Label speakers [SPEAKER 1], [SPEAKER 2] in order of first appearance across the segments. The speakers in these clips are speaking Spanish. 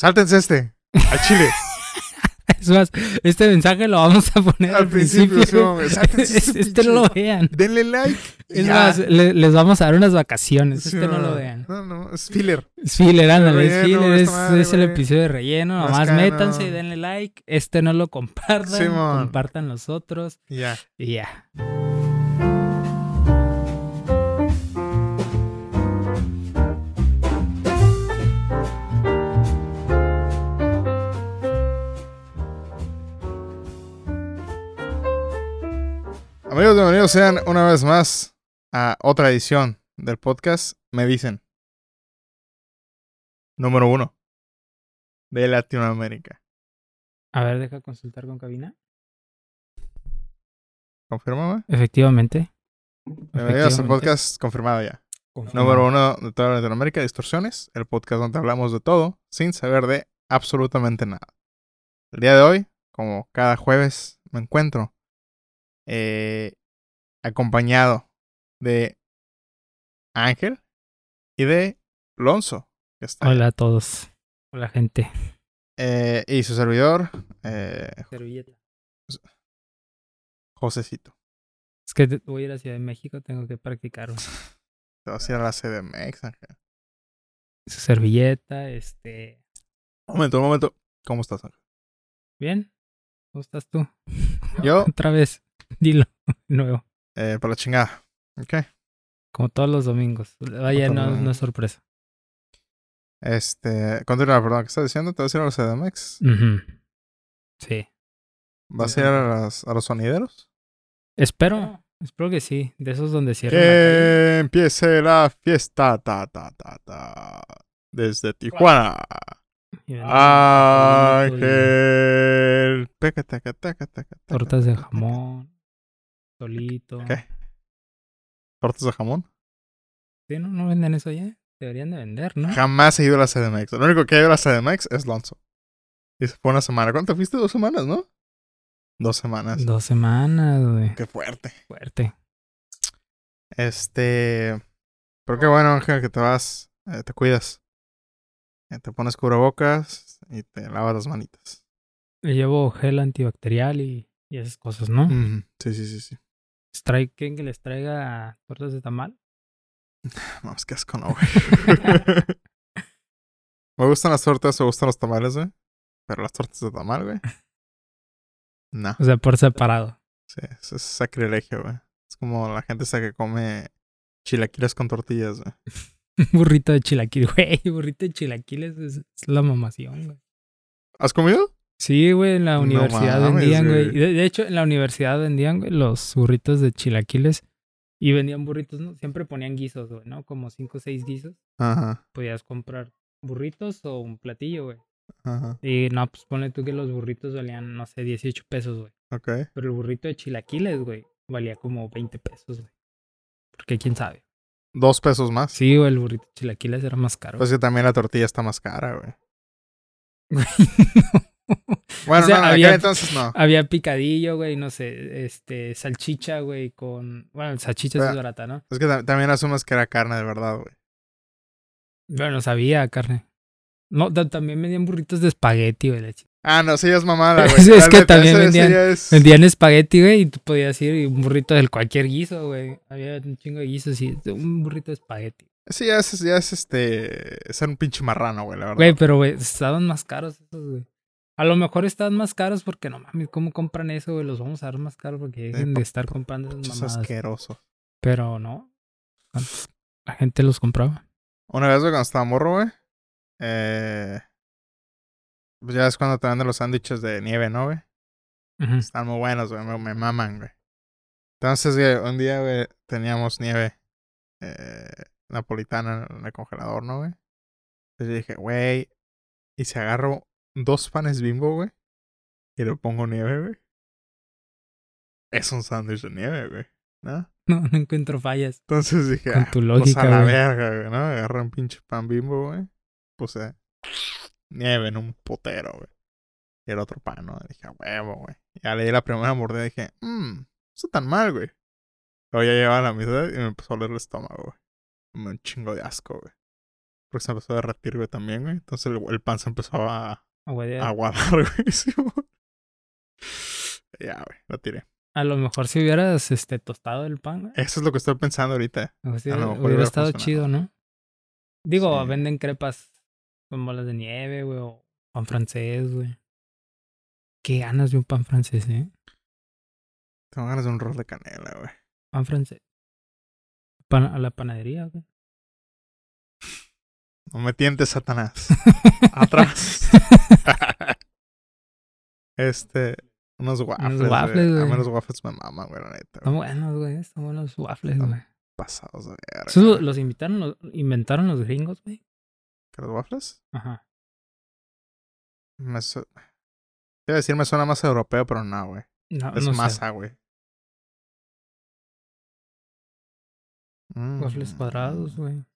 [SPEAKER 1] Sáltense al chile.
[SPEAKER 2] Es más, este mensaje lo vamos a poner al principio.
[SPEAKER 1] Sí, güey. Sáltense
[SPEAKER 2] Este no lo vean.
[SPEAKER 1] Denle like.
[SPEAKER 2] Es más, les vamos a dar unas vacaciones.
[SPEAKER 1] Sí,
[SPEAKER 2] No lo vean.
[SPEAKER 1] No, es filler.
[SPEAKER 2] Es filler, ándale, es
[SPEAKER 1] Relleno,
[SPEAKER 2] filler.
[SPEAKER 1] madre,
[SPEAKER 2] Es el episodio de relleno. Nomás
[SPEAKER 1] Mascano.
[SPEAKER 2] métanse y denle like. No lo compartan.
[SPEAKER 1] Simón.
[SPEAKER 2] Compartan los otros.
[SPEAKER 1] Ya.
[SPEAKER 2] Y ya.
[SPEAKER 1] Amigos, bienvenidos sean una vez más a otra edición del podcast. Me dicen número 1 de Latinoamérica.
[SPEAKER 2] A ver, deja consultar con cabina.
[SPEAKER 1] ¿Confírmame?
[SPEAKER 2] Efectivamente.
[SPEAKER 1] Bienvenidos al podcast confirmado ya. Número 1 de toda Latinoamérica, Distorsiones. El podcast donde hablamos de todo sin saber de absolutamente nada. El día de hoy, como cada jueves, me encuentro acompañado de Ángel y de Lonzo, que está
[SPEAKER 2] Hola a todos. Hola, gente.
[SPEAKER 1] y su servidor,
[SPEAKER 2] Servilleta.
[SPEAKER 1] Josecito.
[SPEAKER 2] Es que voy a ir a Ciudad de México, tengo que practicar.
[SPEAKER 1] Te vas a ir a la CDMX, Ángel.
[SPEAKER 2] Su servilleta,
[SPEAKER 1] Un momento. ¿Cómo estás, Ángel?
[SPEAKER 2] ¿Bien? ¿Cómo estás tú?
[SPEAKER 1] Yo,
[SPEAKER 2] Otra vez. Dilo de nuevo.
[SPEAKER 1] para la chingada. ¿Ok?
[SPEAKER 2] Como todos los domingos. Vaya, no es sorpresa.
[SPEAKER 1] Continúa, perdón, ¿qué estás diciendo? ¿Te vas a ir a la CDMX?
[SPEAKER 2] Sí.
[SPEAKER 1] ¿Vas a ir a los sonideros?
[SPEAKER 2] Espero que sí. De esos donde cierran
[SPEAKER 1] Que empiece la fiesta, desde Tijuana. Ángel.
[SPEAKER 2] Tortas de jamón. Solito.
[SPEAKER 1] ¿Qué? ¿Tortas de jamón?
[SPEAKER 2] Sí, ¿no venden eso ya? Deberían de vender, ¿no?
[SPEAKER 1] Jamás he ido a la CDMX. Lo único que ha ido a la CDMX es Lonzo. Y se fue una semana. ¿Cuánto fuiste? 2 semanas, ¿no? 2 semanas.
[SPEAKER 2] 2 semanas, güey.
[SPEAKER 1] Qué fuerte.
[SPEAKER 2] Fuerte.
[SPEAKER 1] Pero qué bueno, Ángel, que te vas. Te cuidas. Te pones cubrebocas y te lavas las manitas.
[SPEAKER 2] Le llevo gel antibacterial y esas cosas, ¿no?
[SPEAKER 1] Sí.
[SPEAKER 2] ¿Quieren que les traiga tortas de tamal?
[SPEAKER 1] Vamos, qué asco, no, güey. Me gustan las tortas, me gustan los tamales, güey. Pero las tortas de tamal, güey. No.
[SPEAKER 2] O sea, por separado.
[SPEAKER 1] Sí, eso es sacrilegio, güey. Es como la gente esa que come chilaquiles con tortillas, güey.
[SPEAKER 2] Burrito de chilaquiles, güey. Burrito de chilaquiles es la mamación, güey.
[SPEAKER 1] ¿Has comido?
[SPEAKER 2] Sí, güey, en la universidad
[SPEAKER 1] mames,
[SPEAKER 2] vendían, güey.
[SPEAKER 1] güey.
[SPEAKER 2] De hecho, en la universidad vendían, güey, los burritos de chilaquiles. Y vendían burritos, ¿no? Siempre ponían guisos, güey, ¿no? Como 5 o 6 guisos.
[SPEAKER 1] Ajá.
[SPEAKER 2] Podías comprar burritos o un platillo, güey.
[SPEAKER 1] Ajá.
[SPEAKER 2] Y no, pues ponle tú que los burritos valían, no sé, 18 pesos, güey.
[SPEAKER 1] Ok.
[SPEAKER 2] Pero el burrito de chilaquiles, güey, valía como 20 pesos, güey. Porque quién sabe.
[SPEAKER 1] 2 pesos más.
[SPEAKER 2] Sí, güey, el burrito de chilaquiles era más caro.
[SPEAKER 1] Pues que también la tortilla está más cara, güey.
[SPEAKER 2] Güey,
[SPEAKER 1] Bueno,
[SPEAKER 2] o sea,
[SPEAKER 1] no,
[SPEAKER 2] había-
[SPEAKER 1] acá entonces no.
[SPEAKER 2] Había picadillo, güey, no sé, salchicha, güey, con... Bueno, salchicha sí es barata, ¿no?
[SPEAKER 1] Es que también asumes que era carne de verdad, güey.
[SPEAKER 2] Bueno, sabía carne. No, también vendían burritos de espagueti, güey.
[SPEAKER 1] Ah, no, sí es mamada, güey.
[SPEAKER 2] Es que
[SPEAKER 1] La neta,
[SPEAKER 2] también
[SPEAKER 1] ese ya es...
[SPEAKER 2] vendían espagueti, güey, y tú podías ir y un burrito de cualquier guiso, güey. Había un chingo de guisos y un burrito de espagueti.
[SPEAKER 1] Sí, ya es ser un pinche marrano, güey, la verdad.
[SPEAKER 2] Güey, pero, güey, estaban más caros esos, güey. A lo mejor estaban más caros porque no mames, ¿cómo compran eso, güey? Los vamos a dar más caros porque dejen de estar comprando esas
[SPEAKER 1] Pinches
[SPEAKER 2] mamadas.
[SPEAKER 1] asqueroso.
[SPEAKER 2] Pero no. La gente los compraba.
[SPEAKER 1] Una vez, güey, cuando estaba morro, güey. Pues ya es cuando te venden los sándwiches de nieve, ¿no, güey?
[SPEAKER 2] Ujú.
[SPEAKER 1] Están muy buenos, güey. Me maman, güey. Entonces, güey, un día, güey, teníamos nieve napolitana en el congelador, ¿no, güey? Entonces yo dije, güey, ¿y si agarro 2 panes Bimbo, güey? Y le pongo nieve, güey. Es un sándwich de nieve, güey, ¿no?
[SPEAKER 2] No encuentro fallas.
[SPEAKER 1] Entonces dije,
[SPEAKER 2] Con tu
[SPEAKER 1] pues
[SPEAKER 2] lógica,
[SPEAKER 1] a la
[SPEAKER 2] güey.
[SPEAKER 1] verga, güey, ¿no? Agarré un pinche pan Bimbo, güey. Puse nieve en un potero, güey. Y el otro pan, ¿no? Dije, a huevo, güey. Ya le di la primera mordida y dije, no está tan mal, güey. Luego ya llevaba la mitad y me empezó a oler el estómago, güey. Me dio un chingo de asco, güey. porque se empezó a derretir, güey, también, güey. Entonces el pan se empezó a
[SPEAKER 2] Aguadear.
[SPEAKER 1] aguadar, güey. Sí, ya, güey, lo tiré.
[SPEAKER 2] A lo mejor si hubieras tostado el pan, güey.
[SPEAKER 1] Eso es lo que estoy pensando ahorita.
[SPEAKER 2] A
[SPEAKER 1] A lo mejor
[SPEAKER 2] hubiera estado
[SPEAKER 1] funcionado.
[SPEAKER 2] chido, ¿no? Digo,
[SPEAKER 1] Sí.
[SPEAKER 2] venden crepas con bolas de nieve, güey, o pan francés, güey. Qué ganas de un pan francés, ¿eh?
[SPEAKER 1] Tengo ganas de un rol de canela, güey.
[SPEAKER 2] Pan francés. A la panadería, güey.
[SPEAKER 1] No me tientes, Satanás. Atrás. Unos waffles, güey. A mí los waffles me maman, güey, la neta.
[SPEAKER 2] Están buenos, güey. Están buenos los waffles, güey.
[SPEAKER 1] Pasados de verga.
[SPEAKER 2] ¿Esos los inventaron los gringos, güey?
[SPEAKER 1] ¿Que los waffles?
[SPEAKER 2] Ajá.
[SPEAKER 1] Te iba a decir, me suena más europeo, pero no, güey.
[SPEAKER 2] No,
[SPEAKER 1] Es
[SPEAKER 2] no
[SPEAKER 1] masa, güey.
[SPEAKER 2] Waffles cuadrados, güey.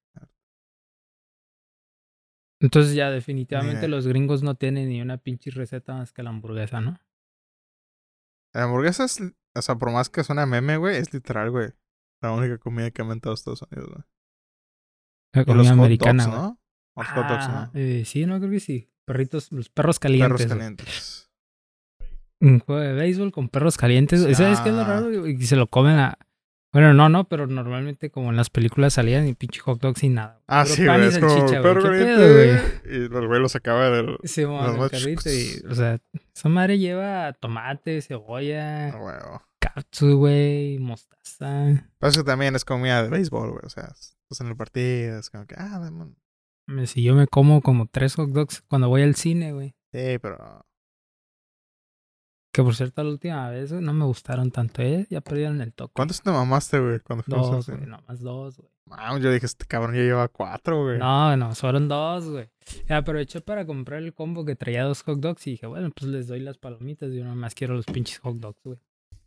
[SPEAKER 2] Entonces ya definitivamente los gringos no tienen ni una pinche receta más que la hamburguesa, ¿no?
[SPEAKER 1] La hamburguesa es, o sea, por más que suene a meme, güey, es literal, güey. La única comida que ha inventado Estados Unidos, güey.
[SPEAKER 2] La comida americana,
[SPEAKER 1] hot dogs, ¿no? Los hot dogs, ¿no?
[SPEAKER 2] Sí, no, creo que sí. Los perros calientes.
[SPEAKER 1] Perros calientes.
[SPEAKER 2] Un juego de béisbol con perros calientes.
[SPEAKER 1] Sí,
[SPEAKER 2] ¿Sabes qué es lo raro? Y se lo comen a... Bueno, no, pero normalmente como en las películas salían y pinche hot dog sin nada.
[SPEAKER 1] Ah,
[SPEAKER 2] puro
[SPEAKER 1] sí,
[SPEAKER 2] pan
[SPEAKER 1] güey,
[SPEAKER 2] y
[SPEAKER 1] es como
[SPEAKER 2] salchicha,
[SPEAKER 1] perro
[SPEAKER 2] güey. ¿Qué
[SPEAKER 1] caliente,
[SPEAKER 2] pedo,
[SPEAKER 1] güey? Y el güey lo sacaba del...
[SPEAKER 2] Sí, bueno, el carrito y... O sea, esa madre lleva tomate, cebolla, katsu, güey, mostaza.
[SPEAKER 1] Pero eso también es comida de béisbol, güey. O sea, estás en el partido, es como que...
[SPEAKER 2] Si yo me como 3 hot dogs cuando voy al cine, güey.
[SPEAKER 1] Sí, pero...
[SPEAKER 2] Que por cierto, la última vez, güey, no me gustaron tanto, ya perdieron el toque.
[SPEAKER 1] ¿Cuántos te mamaste, güey, cuando fuimos al cine?
[SPEAKER 2] 2, güey, nomás 2, güey.
[SPEAKER 1] Yo dije, este cabrón ya lleva 4, güey.
[SPEAKER 2] No, fueron 2, güey. Aproveché para comprar el combo que traía 2 hot dogs y dije, bueno, pues les doy las palomitas. Yo nomás quiero los pinches hot dogs, güey.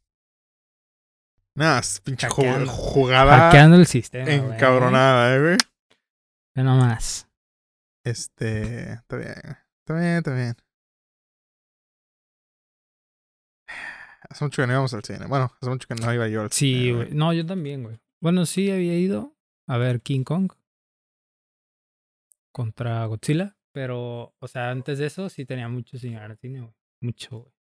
[SPEAKER 1] Nah, es pinche jugada.
[SPEAKER 2] Hackeando el sistema,
[SPEAKER 1] encabronada, güey.
[SPEAKER 2] Ve nomás.
[SPEAKER 1] Está bien. Hace mucho que no íbamos al cine. Bueno, hace mucho que no iba yo al cine.
[SPEAKER 2] Sí, güey. No, yo también, güey. Bueno, sí había ido a ver King Kong contra Godzilla. Pero, o sea, antes de eso sí tenía mucho sin ir al cine, güey. Mucho, güey.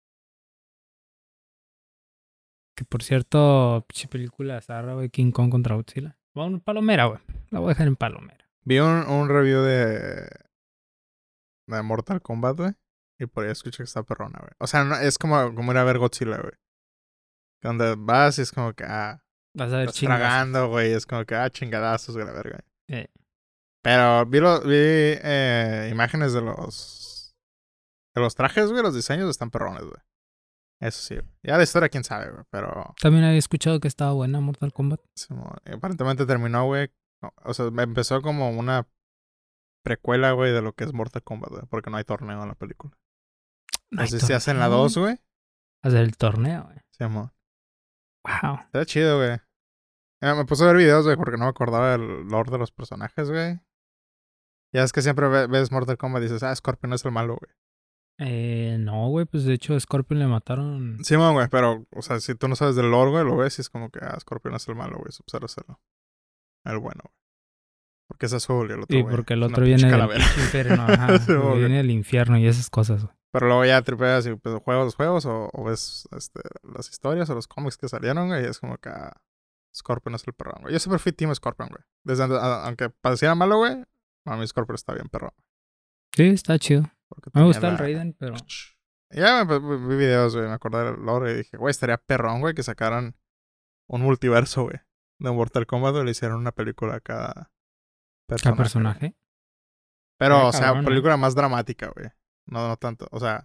[SPEAKER 2] Que por cierto, película zarra, güey. King Kong contra Godzilla. Vamos, palomera, güey. La voy a dejar en palomera.
[SPEAKER 1] Vi un review de Mortal Kombat, güey. Y por ahí escuché que está perrona, güey. O sea, no, es como ir a ver Godzilla, güey. Cuando vas y es como que,
[SPEAKER 2] vas a ver
[SPEAKER 1] estás tragando, güey. Es como que, chingadazos, güey, la verga. Pero vi imágenes de los trajes, güey. Los diseños están perrones, güey. Eso sí, güey. Ya la historia, quién sabe, güey. Pero...
[SPEAKER 2] También había escuchado que estaba buena Mortal Kombat.
[SPEAKER 1] Sí, aparentemente terminó, güey. O sea, empezó como una precuela, güey, de lo que es Mortal Kombat, güey. Porque no hay torneo en la película. No sé si hacen la 2, güey.
[SPEAKER 2] Hacer el torneo, güey.
[SPEAKER 1] Sí, amor.
[SPEAKER 2] Wow.
[SPEAKER 1] Está chido, güey. Me puse a ver videos, güey, porque no me acordaba del lore de los personajes, güey. Ya es que siempre ves Mortal Kombat y dices, Scorpion es el malo, güey.
[SPEAKER 2] No, güey, pues de hecho a Scorpion le mataron.
[SPEAKER 1] Sí, güey, pero, o sea, si tú no sabes del lore, güey, lo ves y es como que, Scorpion es el malo, güey. Sub-Zero es el bueno, güey. Porque es azul y el otro,
[SPEAKER 2] güey. Sí, porque el otro viene del infierno, ajá. Sí, viene del infierno y esas cosas, güey.
[SPEAKER 1] Pero luego ya tripeas y pues, juegas los juegos o ves las historias o los cómics que salieron, güey, y es como que Scorpion es el perrón, güey. Yo siempre fui Team Scorpion, güey. Aunque pareciera malo, güey, a mí Scorpion está bien perrón.
[SPEAKER 2] Sí, está chido. Me gusta el Raiden, pero...
[SPEAKER 1] Ya vi videos, güey, me acordé del lore y dije, güey, estaría perrón, güey, que sacaran un multiverso, güey, de Mortal Kombat y le hicieran una película a cada personaje. Pero, o sea, película más dramática, güey. No tanto, o sea,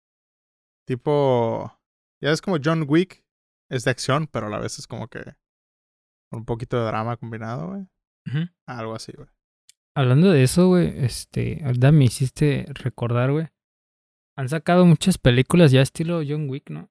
[SPEAKER 1] tipo, ya es como John Wick, es de acción, pero a la vez es como que un poquito de drama combinado, güey. Algo así, güey.
[SPEAKER 2] Hablando de eso, güey, ahorita me hiciste recordar, güey. Han sacado muchas películas ya estilo John Wick, ¿no?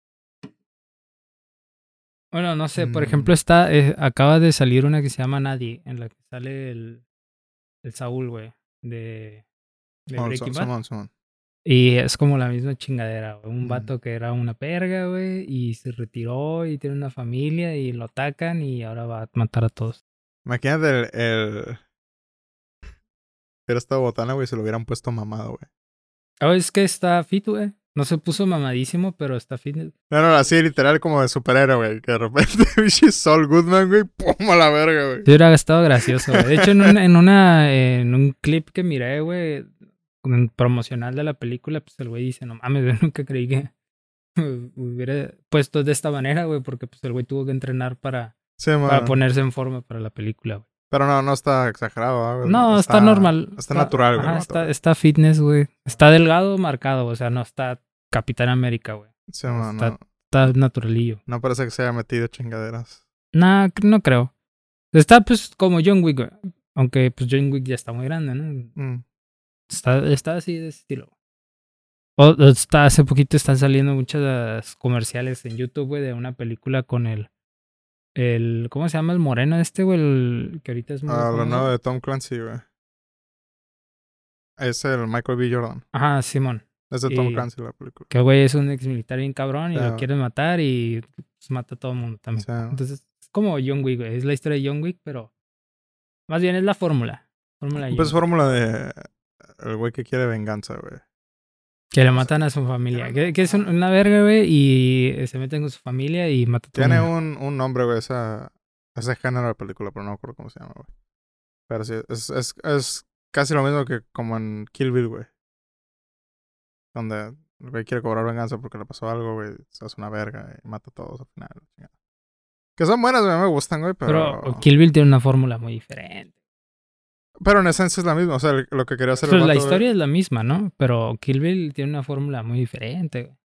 [SPEAKER 2] Bueno, no sé, por ejemplo, acaba de salir una que se llama Nadie, en la que sale el Saúl, güey, de Breaking Bad. Y es como la misma chingadera, güey. Un vato que era una perga, güey, y se retiró y tiene una familia y lo atacan y ahora va a matar a todos.
[SPEAKER 1] Imagínate Hubiera estado botana, güey, se lo hubieran puesto mamado, güey.
[SPEAKER 2] Oh, es que está fit, güey. No se puso mamadísimo, pero está fit.
[SPEAKER 1] No, así literal como de superhéroe, güey. Que de repente, bicho, Saul Goodman, güey, pum, a la verga, güey.
[SPEAKER 2] Sí, hubiera estado gracioso, güey. De hecho, en un clip que miré, güey, promocional de la película, pues el güey dice, no mames, yo nunca creí que hubiera puesto de esta manera, güey, porque pues el güey tuvo que entrenar para ponerse en forma para la película, güey.
[SPEAKER 1] Pero no está exagerado, güey.
[SPEAKER 2] No, está normal.
[SPEAKER 1] Está natural, güey.
[SPEAKER 2] Ajá, está fitness, güey. Está delgado, marcado, o sea, no está Capitán América, güey.
[SPEAKER 1] Sí,
[SPEAKER 2] está naturalillo.
[SPEAKER 1] No parece que se haya metido chingaderas.
[SPEAKER 2] Nah, no creo. Está pues como John Wick, güey. Aunque pues John Wick ya está muy grande, ¿no? Está así de estilo. Hace poquito están saliendo muchas comerciales en YouTube, güey, de una película con el ¿cómo se llama el moreno güey? El que ahorita es muy
[SPEAKER 1] lo nuevo de Tom Clancy, güey. Es el Michael B. Jordan.
[SPEAKER 2] Ajá, Simón.
[SPEAKER 1] Es de Tom Clancy la película.
[SPEAKER 2] Que el güey es un ex militar bien cabrón y lo quieren matar y pues, mata a todo el mundo también. Entonces, es como John Wick, güey. Es la historia de John Wick, pero más bien es la fórmula.
[SPEAKER 1] Pues fórmula de el güey que quiere venganza, güey.
[SPEAKER 2] Que le matan a su familia. Que es una verga, güey, y se meten con su familia y mata a todo el mundo.
[SPEAKER 1] Tiene un nombre, güey, ese género de película, pero no me acuerdo cómo se llama, güey. Pero sí, es casi lo mismo que como en Kill Bill, güey. Donde el güey quiere cobrar venganza porque le pasó algo, güey. Se hace una verga y mata a todos al final. Que son buenas, güey, me gustan, güey, pero
[SPEAKER 2] Kill Bill tiene una fórmula muy diferente.
[SPEAKER 1] Pero en esencia es la misma, o sea, lo que quería hacer
[SPEAKER 2] pues la historia es la misma, ¿no? Pero Kill Bill tiene una fórmula muy diferente, güey.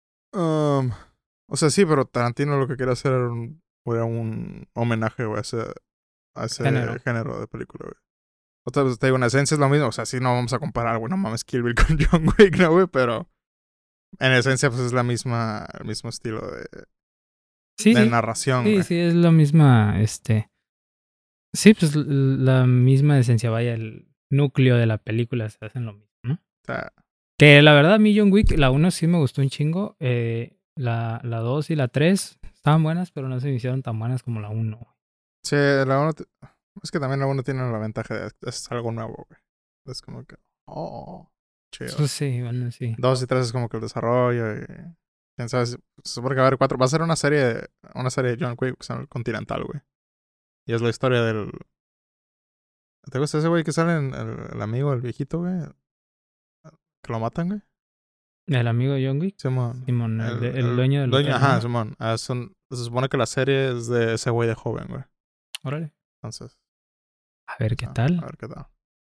[SPEAKER 1] O sea, sí, pero Tarantino lo que quería hacer era un homenaje, güey, a ese género de película, güey. Otra vez te digo, en esencia es lo mismo, o sea, sí no vamos a comparar, güey, no mames Kill Bill con John Wick, ¿no, güey? Pero en esencia, pues es el mismo estilo de narración, güey.
[SPEAKER 2] Sí, es la misma, Sí, pues la misma esencia, vaya, el núcleo de la película se hacen lo mismo, ¿no?
[SPEAKER 1] O sea,
[SPEAKER 2] que la verdad, a mí John Wick, la 1 sí me gustó un chingo. La 2 y la 3 estaban buenas, pero no se me hicieron tan buenas como la 1.
[SPEAKER 1] Sí, la 1... Es que también la 1 tiene la ventaja de es algo nuevo, güey. Es como que... chido.
[SPEAKER 2] Pues sí, bueno, sí.
[SPEAKER 1] 2 y 3 es como que el desarrollo y... Quién sabe, se supone que va a haber 4. Va a ser una serie de John Wick, que se llama El Continental, güey. Y es la historia del... ¿Te gusta ese güey que sale en el amigo, el viejito, güey? Que lo matan, güey.
[SPEAKER 2] ¿El amigo de John Wick?
[SPEAKER 1] Simón.
[SPEAKER 2] El dueño del
[SPEAKER 1] hotel. Ajá, Simón. Se supone que la serie es de ese güey de joven, güey.
[SPEAKER 2] Órale.
[SPEAKER 1] Entonces...
[SPEAKER 2] A ver qué tal.
[SPEAKER 1] A ver qué tal.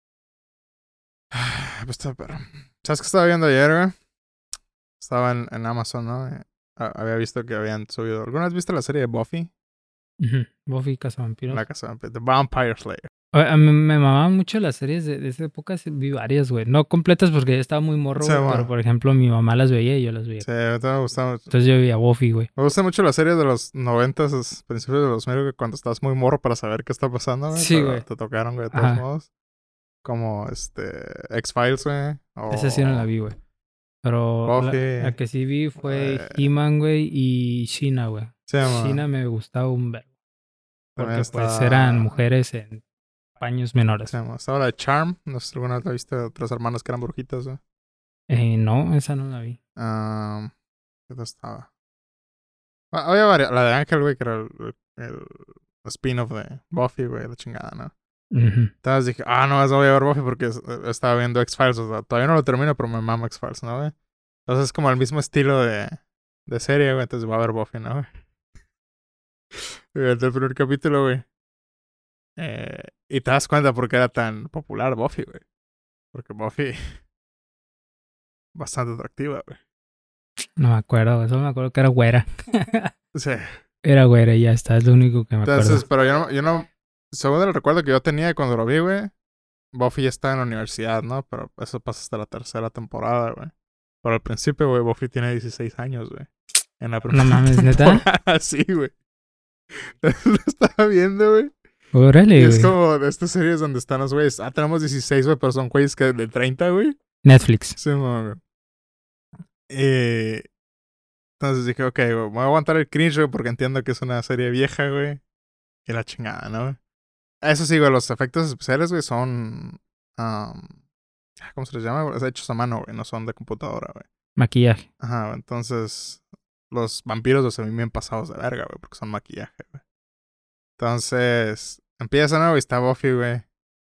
[SPEAKER 1] Pues está perro. ¿Sabes qué estaba viendo ayer, güey? Estaba en Amazon, ¿no? Había visto que habían subido... ¿Alguna vez viste la serie de Buffy?
[SPEAKER 2] Buffy Cazavampiros.
[SPEAKER 1] La Cazavampiros. The Vampire Slayer.
[SPEAKER 2] Me mamaban mucho las series de esa época. Vi varias, güey. No completas porque ya estaba muy morro, güey. Pero, por ejemplo, mi mamá las veía y yo las veía.
[SPEAKER 1] Sí, a mí me gustaba mucho.
[SPEAKER 2] Entonces yo veía Buffy, güey.
[SPEAKER 1] Me gusta mucho la serie de los 90s, principios de los 2000, cuando estás muy morro para saber qué está pasando, güey.
[SPEAKER 2] Sí, güey.
[SPEAKER 1] Te tocaron, güey, de todos modos. Como, X-Files, güey.
[SPEAKER 2] Esa sí no la vi, güey. Pero la que sí vi fue He-Man, güey, y Sheena, güey.
[SPEAKER 1] Sí,
[SPEAKER 2] Sheena me gustaba un verbo. Porque pues eran mujeres en paños menores.
[SPEAKER 1] Sí, estaba la de Charm. No sé si alguna vez la viste, otras hermanas que eran brujitas, güey.
[SPEAKER 2] No, esa no la vi.
[SPEAKER 1] ¿Qué tal estaba? Había varias. La de Ángel, güey, que era el spin-off de Buffy, güey, la chingada, ¿no? Entonces dije, no, eso voy a ver Buffy porque estaba viendo X-Files. O sea, todavía no lo termino, pero me mama X-Files, ¿no, güey? Entonces es como el mismo estilo de serie, güey. Entonces voy a ver Buffy, ¿no, güey? El primer capítulo, güey. Y te das cuenta por qué era tan popular Buffy, güey. Porque Buffy... bastante atractiva, güey.
[SPEAKER 2] No me acuerdo, solo me acuerdo que era güera.
[SPEAKER 1] Sí.
[SPEAKER 2] Era güera y ya está, es lo único que me acuerdo.
[SPEAKER 1] Entonces, pero yo no... Según el recuerdo que yo tenía cuando lo vi, güey, Buffy ya está en la universidad, ¿no? Pero eso pasa hasta la tercera temporada, güey. Pero al principio, güey, Buffy tiene 16 años, güey. En la primera
[SPEAKER 2] temporada. ¿Neta?
[SPEAKER 1] Sí, güey. Lo estaba viendo, güey.
[SPEAKER 2] Órale,
[SPEAKER 1] y es como de estas series donde están los güeyes. Tenemos 16, güey, pero son güeyes que de 30, güey.
[SPEAKER 2] Netflix.
[SPEAKER 1] Sí, güey. Entonces dije, ok, güey, voy a aguantar el cringe, güey, porque entiendo que es una serie vieja, güey. Y la chingada, ¿no, güey? Eso sí, güey, los efectos especiales, güey, son ¿cómo se les llama? Es hechos a mano, güey, no son de computadora, güey.
[SPEAKER 2] Maquillaje.
[SPEAKER 1] Ajá, entonces los vampiros los ven bien pasados de verga, güey, porque son maquillaje, güey. Entonces empieza, ¿no? Y está Buffy, güey.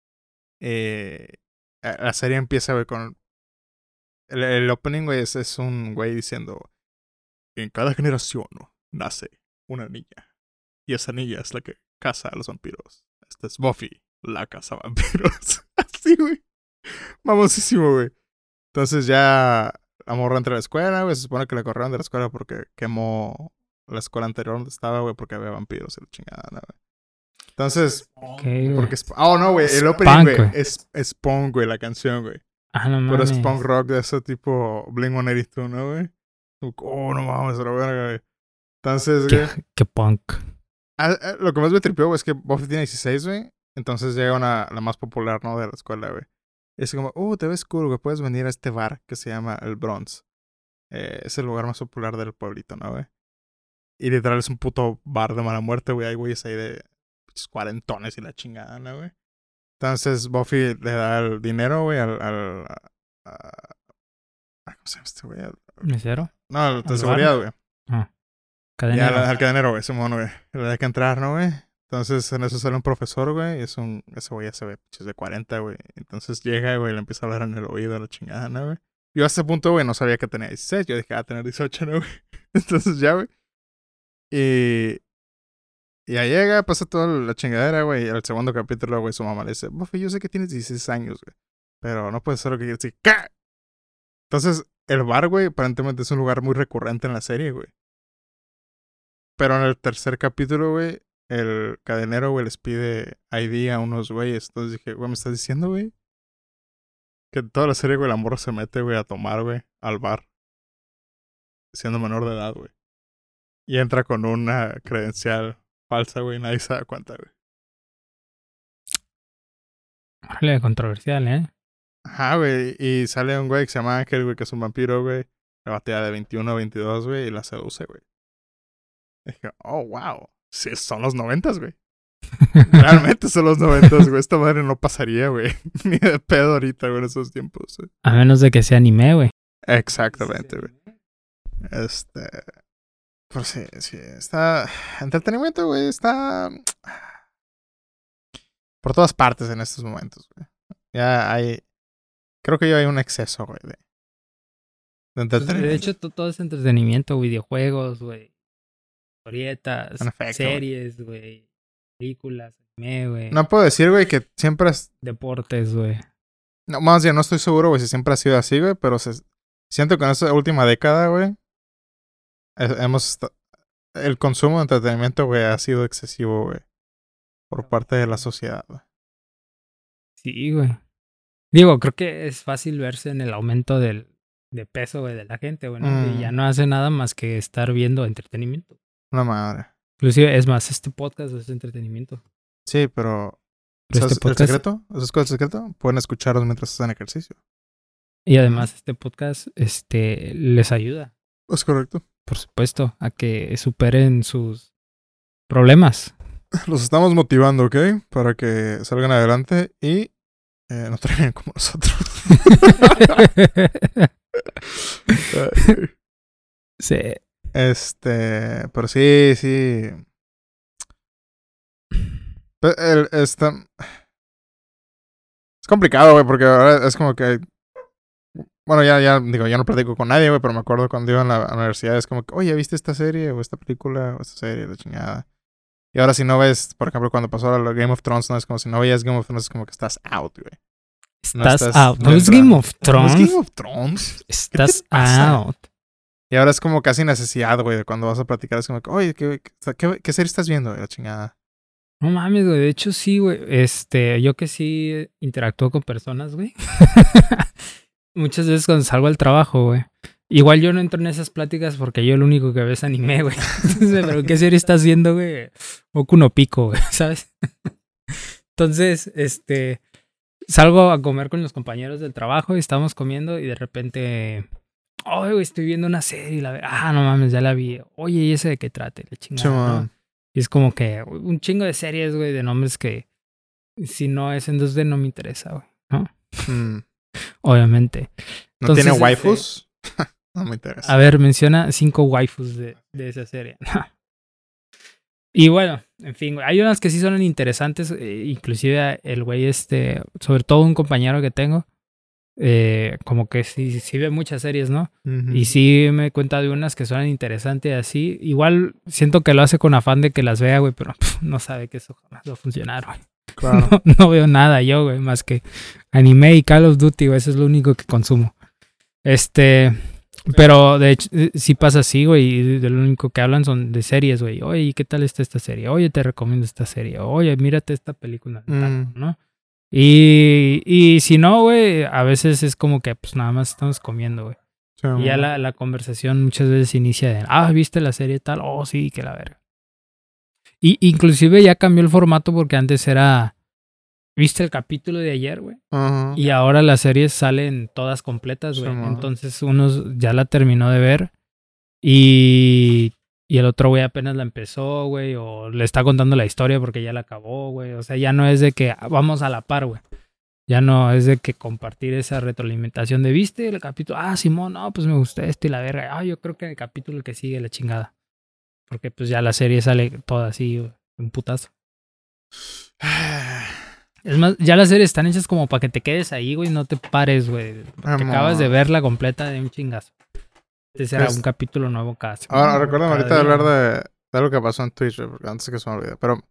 [SPEAKER 1] La serie empieza, güey, con... El opening, güey, es un güey diciendo... En cada generación nace una niña. Y esa niña es la que caza a los vampiros. Esta es Buffy, la caza vampiros. Así, güey. Famosísimo, güey. Entonces ya la morra entra a la escuela, güey. Se supone que la corrieron de la escuela porque quemó la escuela anterior donde estaba, güey, porque había vampiros y la chingada, ¿no, güey? Entonces, porque no, güey, el opening, güey, es punk, güey, la canción, güey.
[SPEAKER 2] No mames.
[SPEAKER 1] Pero es punk rock de ese tipo Blink-182, ¿no, güey? No mames, la verga, güey. Entonces, güey.
[SPEAKER 2] Qué punk.
[SPEAKER 1] Lo que más me tripeó, güey, es que Buffy tiene 16, güey. Entonces llega la más popular, ¿no? De la escuela, güey. Y es como, te ves cool, güey. Puedes venir a este bar que se llama El Bronx. Es el lugar más popular del pueblito, ¿no, güey? Y literal es un puto bar de mala muerte, güey. Hay güeyes ahí de cuarentones y la chingada, ¿no, güey? Entonces Buffy le da el dinero, güey, ¿cómo se llama este güey?
[SPEAKER 2] ¿Mesero?
[SPEAKER 1] No, al de seguridad, güey.
[SPEAKER 2] Cadenero.
[SPEAKER 1] Ya, al cadenero, güey, Simón, güey. Le da que entrar, ¿no, güey? Entonces en eso sale un profesor, güey. Y ese güey ya se ve, es de 40, güey. Entonces llega, güey, y le empieza a hablar en el oído a la chingada, ¿no, güey? Yo a ese punto, güey, no sabía que tenía 16. Yo dije, tener 18, ¿no, güey? Entonces ya, güey. Y ya llega, pasa toda la chingadera, güey. Y al segundo capítulo, güey, su mamá le dice, Buffy, yo sé que tienes 16 años, güey. Pero no puedes hacer lo que quieres decir. ¿Qué? Entonces, el bar, güey, aparentemente es un lugar muy recurrente en la serie, güey. Pero en el tercer capítulo, güey, el cadenero, güey, les pide ID a unos güeyes. Entonces dije, güey, ¿me estás diciendo, güey? Que en toda la serie, güey, la morra se mete, güey, a tomar, güey, al bar. Siendo menor de edad, güey. Y entra con una credencial falsa, güey, nadie se da cuenta, güey.
[SPEAKER 2] Órale, controversial, ¿eh?
[SPEAKER 1] Ajá, güey, y sale un güey que se llama Ángel, güey, que es un vampiro, güey. La batalla de 21 a 22, güey, y la seduce, güey. Dije, wow. Sí, son los 90, güey. Realmente son los 90, güey. Esta madre no pasaría, güey. Ni de pedo ahorita, güey, en esos tiempos, güey.
[SPEAKER 2] A menos de que sea anime, güey.
[SPEAKER 1] Exactamente, güey. Pues sí. Está... Entretenimiento, güey, está... por todas partes en estos momentos, güey. Ya hay... Creo que ya hay un exceso, güey, de entretenimiento.
[SPEAKER 2] De hecho, todo es entretenimiento, videojuegos, güey. Historietas, series, güey. Películas, anime, güey.
[SPEAKER 1] No puedo decir, güey, que siempre es...
[SPEAKER 2] Deportes, güey.
[SPEAKER 1] No, más bien, no estoy seguro, güey, si siempre ha sido así, güey, pero siento que en esta última década, güey, el consumo de entretenimiento, güey, ha sido excesivo, güey, por parte de la sociedad, güey.
[SPEAKER 2] Sí, güey. Digo, creo que es fácil verse en el aumento de peso, güey, de la gente, güey, ¿no? Y ya no hace nada más que estar viendo entretenimiento.
[SPEAKER 1] Una madre.
[SPEAKER 2] Inclusive, es más, este podcast es entretenimiento.
[SPEAKER 1] Sí, pero ¿sabes el secreto? ¿Sabes cuál es el secreto? Pueden escucharlos mientras hacen ejercicio.
[SPEAKER 2] Y además, este podcast, les ayuda.
[SPEAKER 1] Es correcto.
[SPEAKER 2] Por supuesto, a que superen sus problemas.
[SPEAKER 1] Los estamos motivando, ¿ok? Para que salgan adelante y no terminen como nosotros.
[SPEAKER 2] Sí.
[SPEAKER 1] Pero sí. Es complicado, güey, porque ahora es como que... Bueno, ya no platico con nadie, güey, pero me acuerdo cuando iba a la universidad, es como que, oye, ¿viste esta serie o esta película o esta serie, la chingada? Y ahora si no ves, por ejemplo, cuando pasó la Game of Thrones, no es como si no veías Game of Thrones, es como que estás out, güey.
[SPEAKER 2] Estás out. ¿No es Game of Thrones?
[SPEAKER 1] ¿No es Game of Thrones?
[SPEAKER 2] Estás out.
[SPEAKER 1] Y ahora es como casi necesidad, güey, de cuando vas a platicar, es como que, oye, ¿qué serie estás viendo, la chingada?
[SPEAKER 2] No mames, güey. De hecho, sí, güey. Yo que sí interactúo con personas, güey. Muchas veces cuando salgo al trabajo, güey. Igual yo no entro en esas pláticas porque yo lo único que veo es anime, güey. Pero ¿qué serie estás viendo, güey? Boku no Pico, güey, ¿sabes? Entonces, salgo a comer con los compañeros del trabajo y estamos comiendo y de repente... Oye, güey, estoy viendo una serie y la veo. No mames, ya la vi. Oye, ¿y ese de qué trate? La chingada, ¿no? Y es como que un chingo de series, güey, de nombres que si no es en 2D no me interesa, güey, ¿no? Obviamente.
[SPEAKER 1] ¿No entonces, tiene waifus? No me interesa.
[SPEAKER 2] A ver, menciona 5 waifus de esa serie. Y bueno, en fin, hay unas que sí son interesantes. Inclusive el güey sobre todo un compañero que tengo, como que sí ve muchas series, ¿no? Uh-huh. Y sí me cuenta de unas que son interesantes así. Igual siento que lo hace con afán de que las vea, güey, pero no sabe que eso jamás va a funcionar, güey. Claro. No veo nada yo, güey, más que anime y Call of Duty, güey. Eso es lo único que consumo. Pero de hecho sí pasa así, güey, y de lo único que hablan son de series, güey. Oye, ¿qué tal está esta serie? Oye, te recomiendo esta serie. Oye, mírate esta película, ¿no? Y si no, güey, a veces es como que pues nada más estamos comiendo, güey. Sí, y ya la conversación muchas veces inicia de, ¿viste la serie tal? Oh, sí, que la verga. Y inclusive ya cambió el formato porque antes era, ¿viste el capítulo de ayer, güey? Uh-huh. Y ahora las series salen todas completas, güey. Sí, entonces uno ya la terminó de ver y el otro güey apenas la empezó, güey, o le está contando la historia porque ya la acabó, güey. O sea, ya no es de que vamos a la par, güey. Ya no es de que compartir esa retroalimentación de, ¿viste el capítulo? Simón, no, pues me gustó y la verga. Yo creo que en el capítulo que sigue la chingada. Porque pues ya la serie sale toda así, güey, un putazo. Es más, ya las series están hechas como para que te quedes ahí, güey, no te pares, güey. Porque acabas de verla completa de un chingazo. Ese era un capítulo nuevo cada semana.
[SPEAKER 1] Ahora recuérdame ahorita de hablar de lo que pasó en Twitch, porque antes que se me olvide. Pero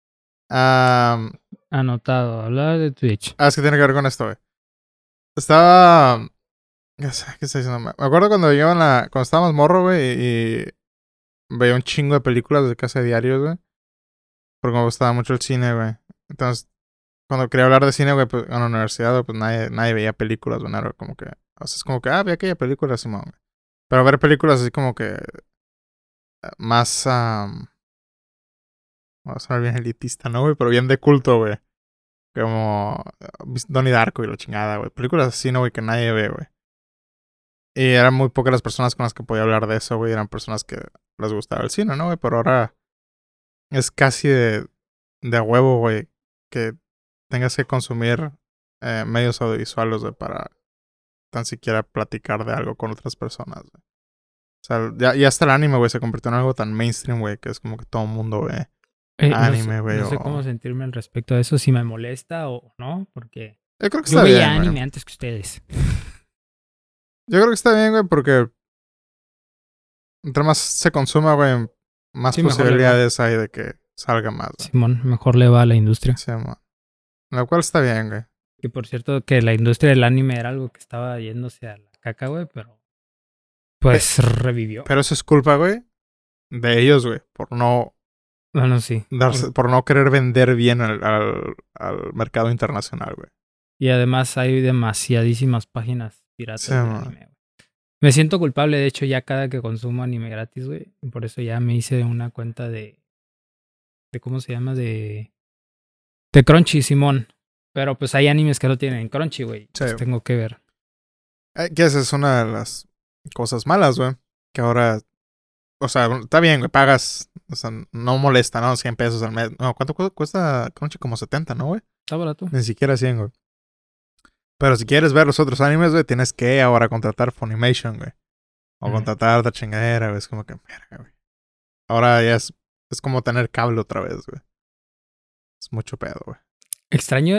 [SPEAKER 2] anotado, hablar de Twitch.
[SPEAKER 1] Es que tiene que ver con esto, güey. Estaba... ¿Qué está diciendo? Me acuerdo cuando cuando estábamos morro, güey, y veía un chingo de películas de casi diarios, güey. Porque me gustaba mucho el cine, güey. Entonces, cuando quería hablar de cine, güey, pues, en la universidad, güey, pues nadie veía películas, güey. Era como que... O sea, es como que, vi aquella película, Simón, güey. Pero ver películas así como que... Más... Vamos a sonar bien elitista, ¿no, güey? Pero bien de culto, güey. Como... Donnie Darko y la chingada, güey. Películas así, ¿no, güey? Que nadie ve, güey. Y eran muy pocas las personas con las que podía hablar de eso, güey. Eran personas que les gustaba el cine, ¿no, güey? Pero ahora... Es casi de huevo, güey. Que tengas que consumir medios audiovisuales, güey, para tan siquiera platicar de algo con otras personas, güey. O sea, ya hasta el anime, güey, se convirtió en algo tan mainstream, güey, que es como que todo el mundo ve anime, güey.
[SPEAKER 2] No sé cómo sentirme al respecto de eso, si me molesta o no, porque
[SPEAKER 1] yo creo que
[SPEAKER 2] yo veía
[SPEAKER 1] bien,
[SPEAKER 2] anime
[SPEAKER 1] güey.
[SPEAKER 2] antes que ustedes.
[SPEAKER 1] Yo creo que está bien, güey, porque entre más se consuma, güey, más posibilidades hay de que salga más, güey.
[SPEAKER 2] Simón, mejor le va a la industria.
[SPEAKER 1] Sí, man. Lo cual está bien, güey.
[SPEAKER 2] Y por cierto, que la industria del anime era algo que estaba yéndose a la caca, güey, pero pues revivió.
[SPEAKER 1] Pero eso es culpa, güey, de ellos, güey, por no...
[SPEAKER 2] Bueno, sí.
[SPEAKER 1] Por no querer vender bien al mercado internacional, güey.
[SPEAKER 2] Y además hay demasiadísimas páginas piratas de anime, güey. Me siento culpable, de hecho, ya cada que consumo anime gratis, güey. Por eso ya me hice una cuenta de ¿cómo se llama? De Crunchy, Simón. Pero pues hay animes que no tienen Crunchy, güey. Sí. Pues tengo que ver.
[SPEAKER 1] Que esa es una de las cosas malas, güey. Que ahora... O sea, está bien, güey, pagas... O sea, no molesta, ¿no? 100 pesos al mes. No, ¿cuánto cuesta Crunchy? Como 70, ¿no, güey?
[SPEAKER 2] Está barato.
[SPEAKER 1] Ni siquiera 100, güey. Pero si quieres ver los otros animes, güey, tienes que ahora contratar Funimation, güey. O contratar la chingadera, güey. Es como que... Verga, güey. Ahora ya es como tener cable otra vez, güey. Es mucho pedo, güey.
[SPEAKER 2] Extraño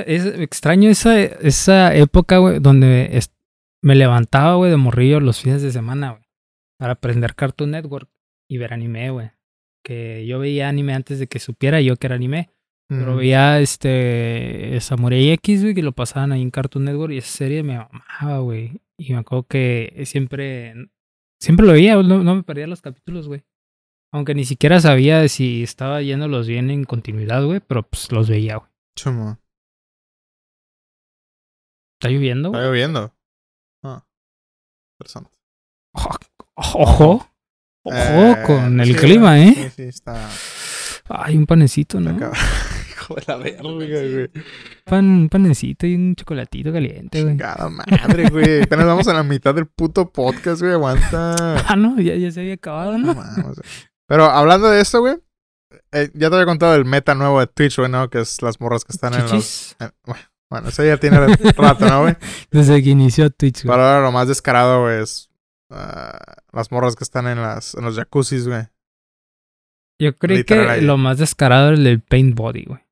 [SPEAKER 2] esa época, güey, donde me levantaba, güey, de morrillo los fines de semana, güey. Para aprender Cartoon Network y ver anime, güey. Que yo veía anime antes de que supiera yo que era anime. Pero veía Samurai X, güey, que lo pasaban ahí en Cartoon Network y esa serie me mamaba, güey. Y me acuerdo que siempre lo veía, no me perdía los capítulos, güey. Aunque ni siquiera sabía si estaba yéndolos bien en continuidad, güey, pero pues los veía, güey.
[SPEAKER 1] Chuma.
[SPEAKER 2] ¿Está lloviendo?
[SPEAKER 1] Está lloviendo. Interesante.
[SPEAKER 2] Ojo con el clima, ¿eh?
[SPEAKER 1] Sí, está...
[SPEAKER 2] Ay, un panecito, ¿no?
[SPEAKER 1] Hijo de la verga, güey.
[SPEAKER 2] Un panecito y un chocolatito caliente, güey.
[SPEAKER 1] Chingada madre, güey. Apenas vamos a la mitad del puto podcast, güey. Aguanta.
[SPEAKER 2] No, ya se había acabado, ¿no?
[SPEAKER 1] Pero hablando de esto, güey. Ya te había contado el meta nuevo de Twitch, güey, ¿no? Que es las morras que están en los... Bueno, eso ya tiene rato, ¿no, güey?
[SPEAKER 2] Desde que inició Twitch,
[SPEAKER 1] güey. Pero ahora lo más descarado, güey, es las morras que están en los jacuzzis, güey.
[SPEAKER 2] Yo creo que lo más descarado es el paint body, güey.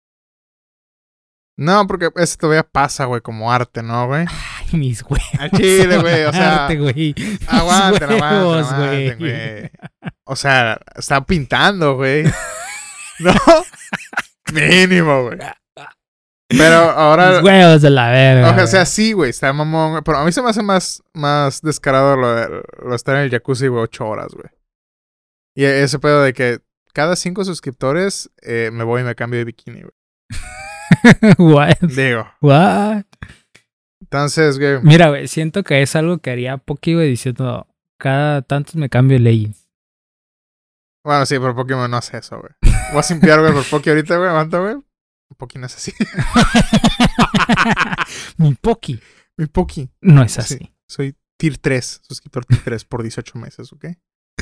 [SPEAKER 1] No, porque ese todavía pasa, güey, como arte, ¿no, güey?
[SPEAKER 2] Ay, mis huevos.
[SPEAKER 1] Al chile, güey, o sea...
[SPEAKER 2] Arte, güey.
[SPEAKER 1] Aguanten, güey. O sea, está pintando, güey. ¿No? Mínimo, güey. Pero ahora...
[SPEAKER 2] Los huevos de la verga.
[SPEAKER 1] O sea, sí, güey, está mamón, güey. Pero a mí se me hace más descarado lo de estar en el jacuzzi, güey, 8 horas, güey. Y ese pedo de que cada 5 suscriptores me voy y me cambio de bikini, güey.
[SPEAKER 2] What?
[SPEAKER 1] Digo.
[SPEAKER 2] What?
[SPEAKER 1] Entonces, güey.
[SPEAKER 2] Mira, güey, siento que es algo que haría Poki, güey, diciendo cada tantos me cambio de leggings.
[SPEAKER 1] Bueno, sí, pero Poki no hace eso, güey. Voy a simpiar, güey, por Poki ahorita, güey. Aguanta, güey. Poki no es así.
[SPEAKER 2] Mi Poki.
[SPEAKER 1] Mi Poki.
[SPEAKER 2] No es así.
[SPEAKER 1] Sí, soy tier 3, suscriptor tier 3 por 18 meses, ¿ok?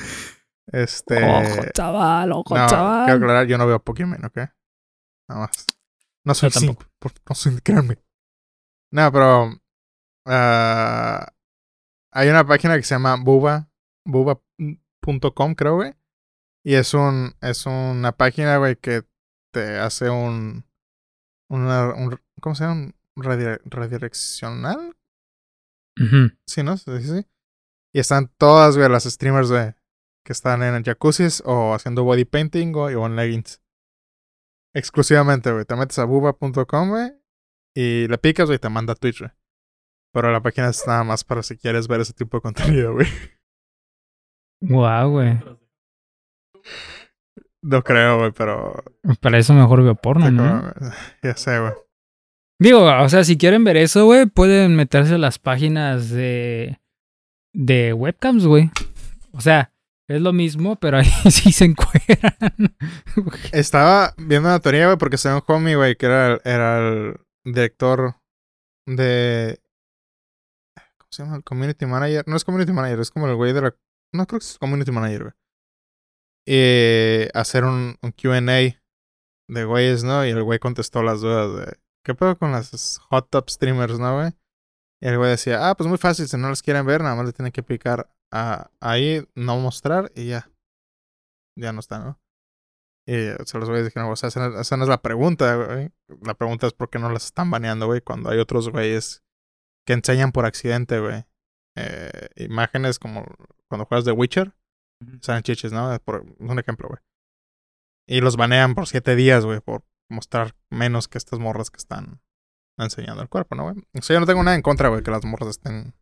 [SPEAKER 2] Ojo, chaval, chaval.
[SPEAKER 1] Quiero aclarar, yo no veo Pokémon, ¿ok? Nada más. No soy simp, no soy, créanme. No, pero hay una página que se llama buba.com, creo, güey. Y es una página, güey, que te hace un ¿cómo se llama? ¿Un redireccional? Sí, ¿no? Sí. Y están todas, güey, las streamers, güey, que están en jacuzzis o haciendo body painting o en leggings. Exclusivamente, güey. Te metes a buba.com, güey, y le picas, güey, y te manda a Twitch, güey. Pero la página es nada más para si quieres ver ese tipo de contenido, güey.
[SPEAKER 2] Wow, güey.
[SPEAKER 1] No creo, güey, pero...
[SPEAKER 2] Para eso mejor veo porno, ¿no?
[SPEAKER 1] Ya sé, güey.
[SPEAKER 2] Digo, o sea, si quieren ver eso, güey, pueden meterse a las páginas de webcams, güey. O sea, es lo mismo, pero ahí sí se encueran.
[SPEAKER 1] Estaba viendo una teoría, güey, porque se un homie, güey, que era el director de... ¿Cómo se llama? El community manager. No es community manager, es como el güey de la... No creo que es community manager, güey. Hacer un Q&A de güeyes, ¿no? Y el güey contestó las dudas de... ¿Qué pedo con las hot top streamers, no, güey? Y el güey decía, pues muy fácil, si no las quieren ver, nada más le tienen que picar ahí, no mostrar y ya. Ya no está, ¿no? Y se los güeyes dijeron, o sea, esa no es la pregunta, güey. La pregunta es por qué no las están baneando, güey, cuando hay otros güeyes que enseñan por accidente, güey. Imágenes como cuando juegas The Witcher, salen chiches, ¿no? Por un ejemplo, güey. Y los banean por 7 días, güey, por mostrar menos que estas morras que están enseñando el cuerpo, ¿no, güey? O sea, yo no tengo nada en contra, güey, que las morras estén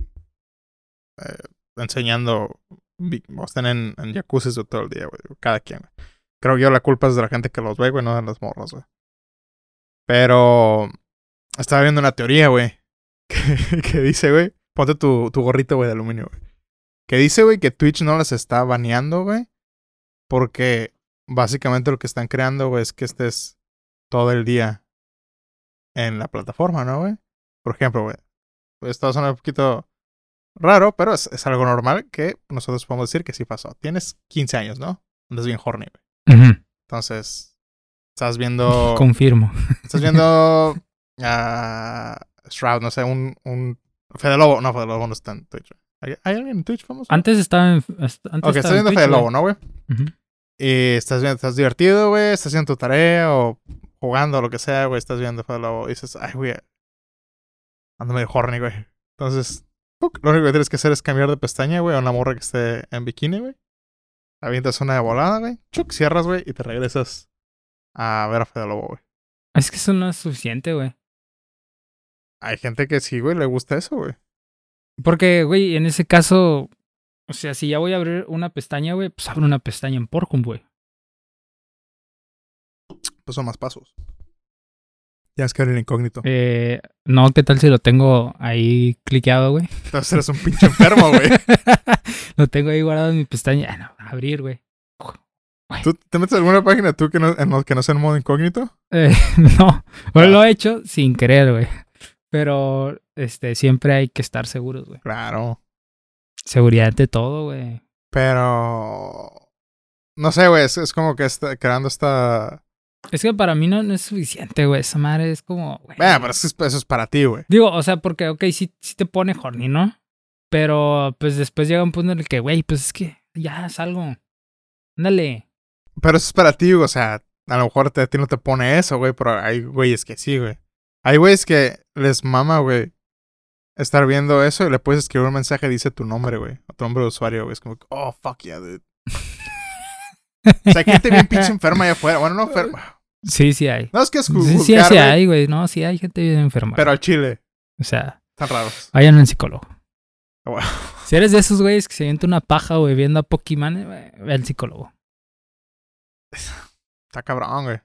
[SPEAKER 1] enseñando o estén en jacuzzis todo el día, güey. Cada quien, güey. Creo que yo la culpa es de la gente que los ve, güey, no de las morras, güey. Pero estaba viendo una teoría, güey, que dice, güey, ponte tu gorrito, güey, de aluminio, güey. Que dice, güey, que Twitch no las está baneando, güey, porque básicamente lo que están creando, güey, es que estés todo el día en la plataforma, ¿no, güey? Por ejemplo, güey, esto va a sonar un poquito raro, pero es algo normal que nosotros podemos decir que sí pasó. Tienes 15 años, ¿no? Andas bien horny, güey. Entonces, estás viendo...
[SPEAKER 2] Confirmo.
[SPEAKER 1] Estás viendo Shroud, no sé, un Fede Lobo. No, Fede Lobo no está en Twitch. ¿Hay alguien en Twitch famoso?
[SPEAKER 2] Antes estaba en...
[SPEAKER 1] Estás viendo Fede Lobo, ¿no, güey? Y estás divertido, güey. Estás haciendo tu tarea o jugando o lo que sea, güey. Estás viendo Fede Lobo y dices, ay, güey, ando medio horny, güey. Entonces, lo único que tienes que hacer es cambiar de pestaña, güey, a una morra que esté en bikini, güey. Avientas una de volada, güey. Cierras, güey, y te regresas a ver a Fede Lobo, güey.
[SPEAKER 2] Es que eso no es suficiente, güey.
[SPEAKER 1] Hay gente que sí, güey, le gusta eso, güey.
[SPEAKER 2] Porque, güey, en ese caso, o sea, si ya voy a abrir una pestaña, güey, pues abro una pestaña en Pornhub, güey.
[SPEAKER 1] Pues son más pasos. Ya es que era el incógnito.
[SPEAKER 2] No, ¿qué tal si lo tengo ahí cliqueado, güey?
[SPEAKER 1] Entonces eres un pinche enfermo, güey.
[SPEAKER 2] Lo tengo ahí guardado en mi pestaña. No, abrir, güey.
[SPEAKER 1] ¿Tú te metes a alguna página tú que no sea en modo incógnito?
[SPEAKER 2] No, lo he hecho sin querer, güey. Pero siempre hay que estar seguros, güey.
[SPEAKER 1] Claro.
[SPEAKER 2] Seguridad ante todo, güey.
[SPEAKER 1] Pero... No sé, güey. Es como que creando esta
[SPEAKER 2] Es que para mí no es suficiente, güey. Esa madre es como...
[SPEAKER 1] Pero eso es para ti, güey.
[SPEAKER 2] Digo, o sea, porque, sí te pone horny, ¿no? Pero, pues, después llega un punto en el que, güey, pues es que ya es algo. Ándale.
[SPEAKER 1] Pero eso es para ti, güey. O sea, a lo mejor a ti no te pone eso, güey. Pero hay güeyes que sí, güey. Hay güeyes que les mama, güey, estar viendo eso y le puedes escribir un mensaje que dice tu nombre, güey. O tu nombre de usuario, güey. Es como, oh, fuck yeah, dude. O sea, hay gente bien pinche enferma allá afuera. Bueno, no enferma.
[SPEAKER 2] Sí hay.
[SPEAKER 1] No es que es
[SPEAKER 2] sí hay, güey. No, sí hay gente bien enferma.
[SPEAKER 1] Pero al chile.
[SPEAKER 2] O sea.
[SPEAKER 1] Están raros.
[SPEAKER 2] Vayan al psicólogo.
[SPEAKER 1] Wow.
[SPEAKER 2] Si eres de esos güeyes que se avienta una paja, güey, viendo a Pokémon, ve al psicólogo.
[SPEAKER 1] Está cabrón, güey.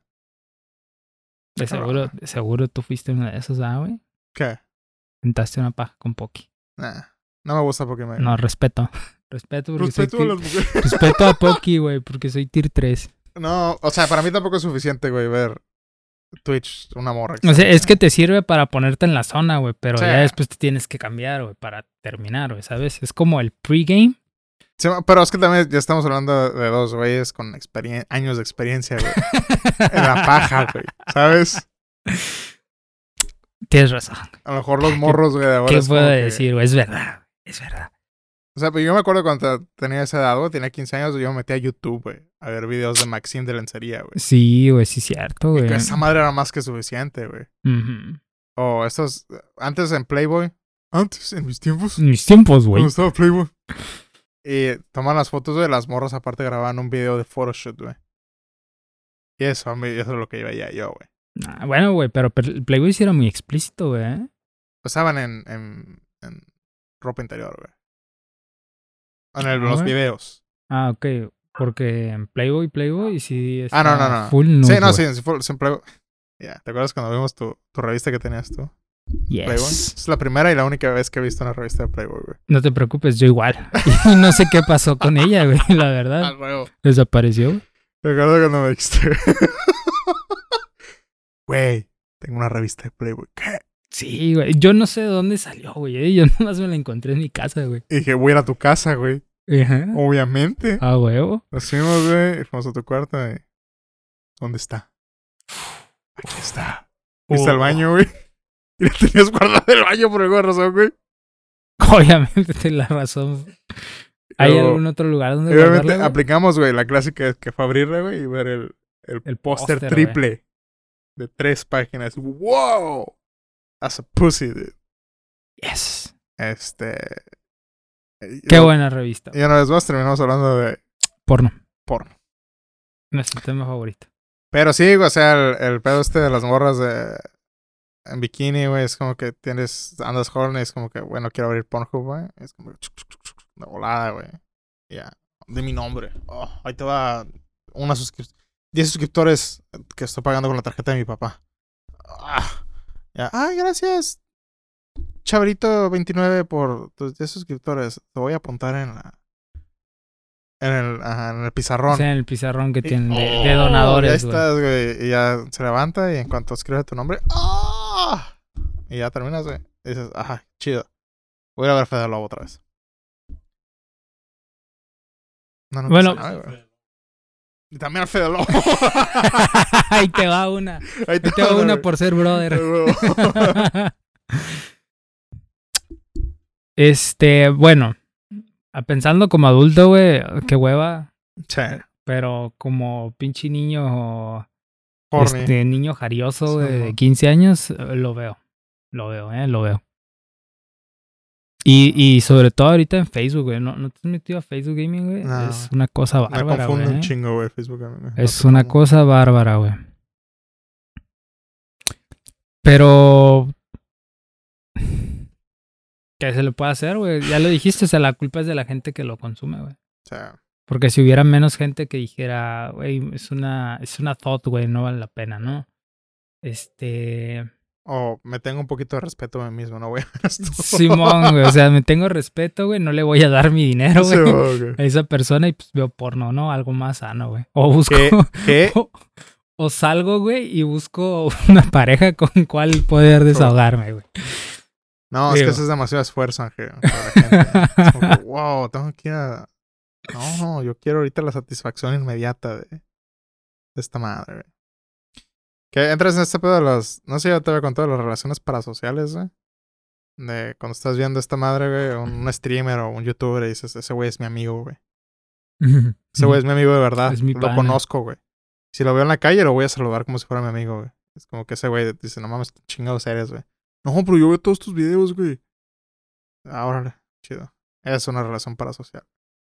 [SPEAKER 2] De seguro tú fuiste uno de esos, güey.
[SPEAKER 1] ¿Qué?
[SPEAKER 2] Aventaste una paja con Poki.
[SPEAKER 1] Nah, no me gusta Pokémon.
[SPEAKER 2] No, respeto. Respeto porque
[SPEAKER 1] respeto a las mujeres.
[SPEAKER 2] Respeto a Poki, güey, porque soy tier 3.
[SPEAKER 1] No, o sea, para mí tampoco es suficiente, güey, ver Twitch, una morra.
[SPEAKER 2] O sea, es que te sirve para ponerte en la zona, güey, pero ya después te tienes que cambiar, güey, para terminar, güey, ¿sabes? Es como el pregame.
[SPEAKER 1] Sí, pero es que también ya estamos hablando de dos güeyes con años de experiencia, güey. En la paja, güey, ¿sabes?
[SPEAKER 2] Tienes razón.
[SPEAKER 1] A lo mejor los morros, güey, de ahora.
[SPEAKER 2] ¿Qué puedo decir, güey? Es verdad.
[SPEAKER 1] O sea, pues yo me acuerdo cuando tenía esa edad, güey, tenía 15 años, yo me metí a YouTube, güey, a ver videos de Maxim de lencería, güey.
[SPEAKER 2] Sí, güey, sí es cierto, güey.
[SPEAKER 1] Y que esa madre era más que suficiente, güey. O estos, antes en Playboy. Antes, en mis tiempos.
[SPEAKER 2] En mis tiempos, güey.
[SPEAKER 1] Cuando estaba Playboy. Y toman las fotos, güey, las morras aparte grababan un video de photoshoot, güey. Y eso, eso es lo que veía yo, güey.
[SPEAKER 2] Bueno, güey, pero el Playboy sí era muy explícito, güey.
[SPEAKER 1] Usaban en ropa interior, güey. En los videos.
[SPEAKER 2] Ok. Porque en Playboy sí es
[SPEAKER 1] no.
[SPEAKER 2] Full nude,
[SPEAKER 1] sí, no, sí, en Playboy. Ya, ¿te acuerdas cuando vimos tu revista que tenías tú?
[SPEAKER 2] Yes.
[SPEAKER 1] Playboy. Es la primera y la única vez que he visto una revista de Playboy, güey.
[SPEAKER 2] No te preocupes, yo igual. Y no sé qué pasó con ella, güey, la verdad. Desapareció.
[SPEAKER 1] ¿Te acuerdas cuando me dijiste? Güey, tengo una revista de Playboy. ¿Qué?
[SPEAKER 2] Sí, güey. Yo no sé de dónde salió, güey. Yo nomás me la encontré en mi casa, güey.
[SPEAKER 1] Y dije, voy a ir a tu casa, güey.
[SPEAKER 2] Ajá.
[SPEAKER 1] Obviamente.
[SPEAKER 2] Ah, huevo.
[SPEAKER 1] Nos fuimos, güey, y fuimos a tu cuarto y... ¿Dónde está? Aquí está. Fuiste al baño, güey. Y la tenías guardada en el baño por alguna razón, güey.
[SPEAKER 2] Obviamente tienes la razón. ¿Hay algún otro lugar donde
[SPEAKER 1] obviamente
[SPEAKER 2] guardarla,
[SPEAKER 1] aplicamos, güey, la clásica que fue abrirla, güey, y ver el póster triple, güey, de 3 páginas. ¡Wow! That's a pussy, dude.
[SPEAKER 2] Yes.
[SPEAKER 1] Qué
[SPEAKER 2] buena revista.
[SPEAKER 1] Y una vez más terminamos hablando de...
[SPEAKER 2] Porno.
[SPEAKER 1] Nuestro
[SPEAKER 2] tema favorito.
[SPEAKER 1] Pero sí, o sea, el pedo de las morras en bikini, güey, es como que andas horny, es como que, bueno, quiero abrir Pornhub, güey. Es como una volada, güey. Ya, de mi nombre. Oh, ahí te va 10 suscriptores que estoy pagando con la tarjeta de mi papá. Ya. Ay, gracias, Chabrito 29 por tus 10 suscriptores. Te voy a apuntar en el pizarrón.
[SPEAKER 2] Sí, en el pizarrón que tienen de donadores,
[SPEAKER 1] ya estás, güey. Y ya se levanta y en cuanto escribe tu nombre, y ya terminas, güey. Y dices, ajá, chido. Voy a ir a ver Fede Lobo otra vez. No
[SPEAKER 2] bueno.
[SPEAKER 1] Nada, güey. Y también al Fede Lobo.
[SPEAKER 2] Ahí te va una. Ahí te va una por ser brother. Bueno. Pensando como adulto, güey, qué hueva.
[SPEAKER 1] Sí.
[SPEAKER 2] Pero como pinche niño...
[SPEAKER 1] Horny.
[SPEAKER 2] Niño jarioso, güey, de 15 años, lo veo. Lo veo. Y sobre todo ahorita en Facebook, güey. ¿No te has metido a Facebook Gaming, güey? No, es una cosa bárbara, güey.
[SPEAKER 1] Me confunde un chingo, güey, Facebook Gaming.
[SPEAKER 2] Es una cosa bárbara, güey. Pero... ¿qué se le puede hacer, güey? Ya lo dijiste, o sea, la culpa es de la gente que lo consume, güey.
[SPEAKER 1] O sea...
[SPEAKER 2] Porque si hubiera menos gente que dijera, güey, es una thought, güey, no vale la pena, ¿no?
[SPEAKER 1] me tengo un poquito de respeto a mí mismo, no voy a ver esto.
[SPEAKER 2] Simón, güey, o sea, me tengo respeto, güey, no le voy a dar mi dinero, güey, a esa persona y pues veo porno, ¿no? Algo más sano, güey. O busco...
[SPEAKER 1] ¿Qué?
[SPEAKER 2] O salgo, güey, y busco una pareja con cual poder desahogarme, güey.
[SPEAKER 1] No, es que eso es demasiado esfuerzo, Ángel, para la gente. Es como que, wow, tengo que ir a... No, yo quiero ahorita la satisfacción inmediata de esta madre, güey. Que entras en este pedo de las... No sé, yo te había contado de las relaciones parasociales, güey. De cuando estás viendo a esta madre, güey, un streamer o un youtuber y dices, ese güey es mi amigo, güey. Ese güey es mi amigo de verdad.
[SPEAKER 2] Es mi
[SPEAKER 1] lo
[SPEAKER 2] pana.
[SPEAKER 1] Conozco, güey. Si lo veo en la calle, lo voy a saludar como si fuera mi amigo, güey. Es como que ese güey dice, no mames, chingados eres, güey. No, pero yo veo todos tus videos, güey. Órale, chido. Es una relación parasocial.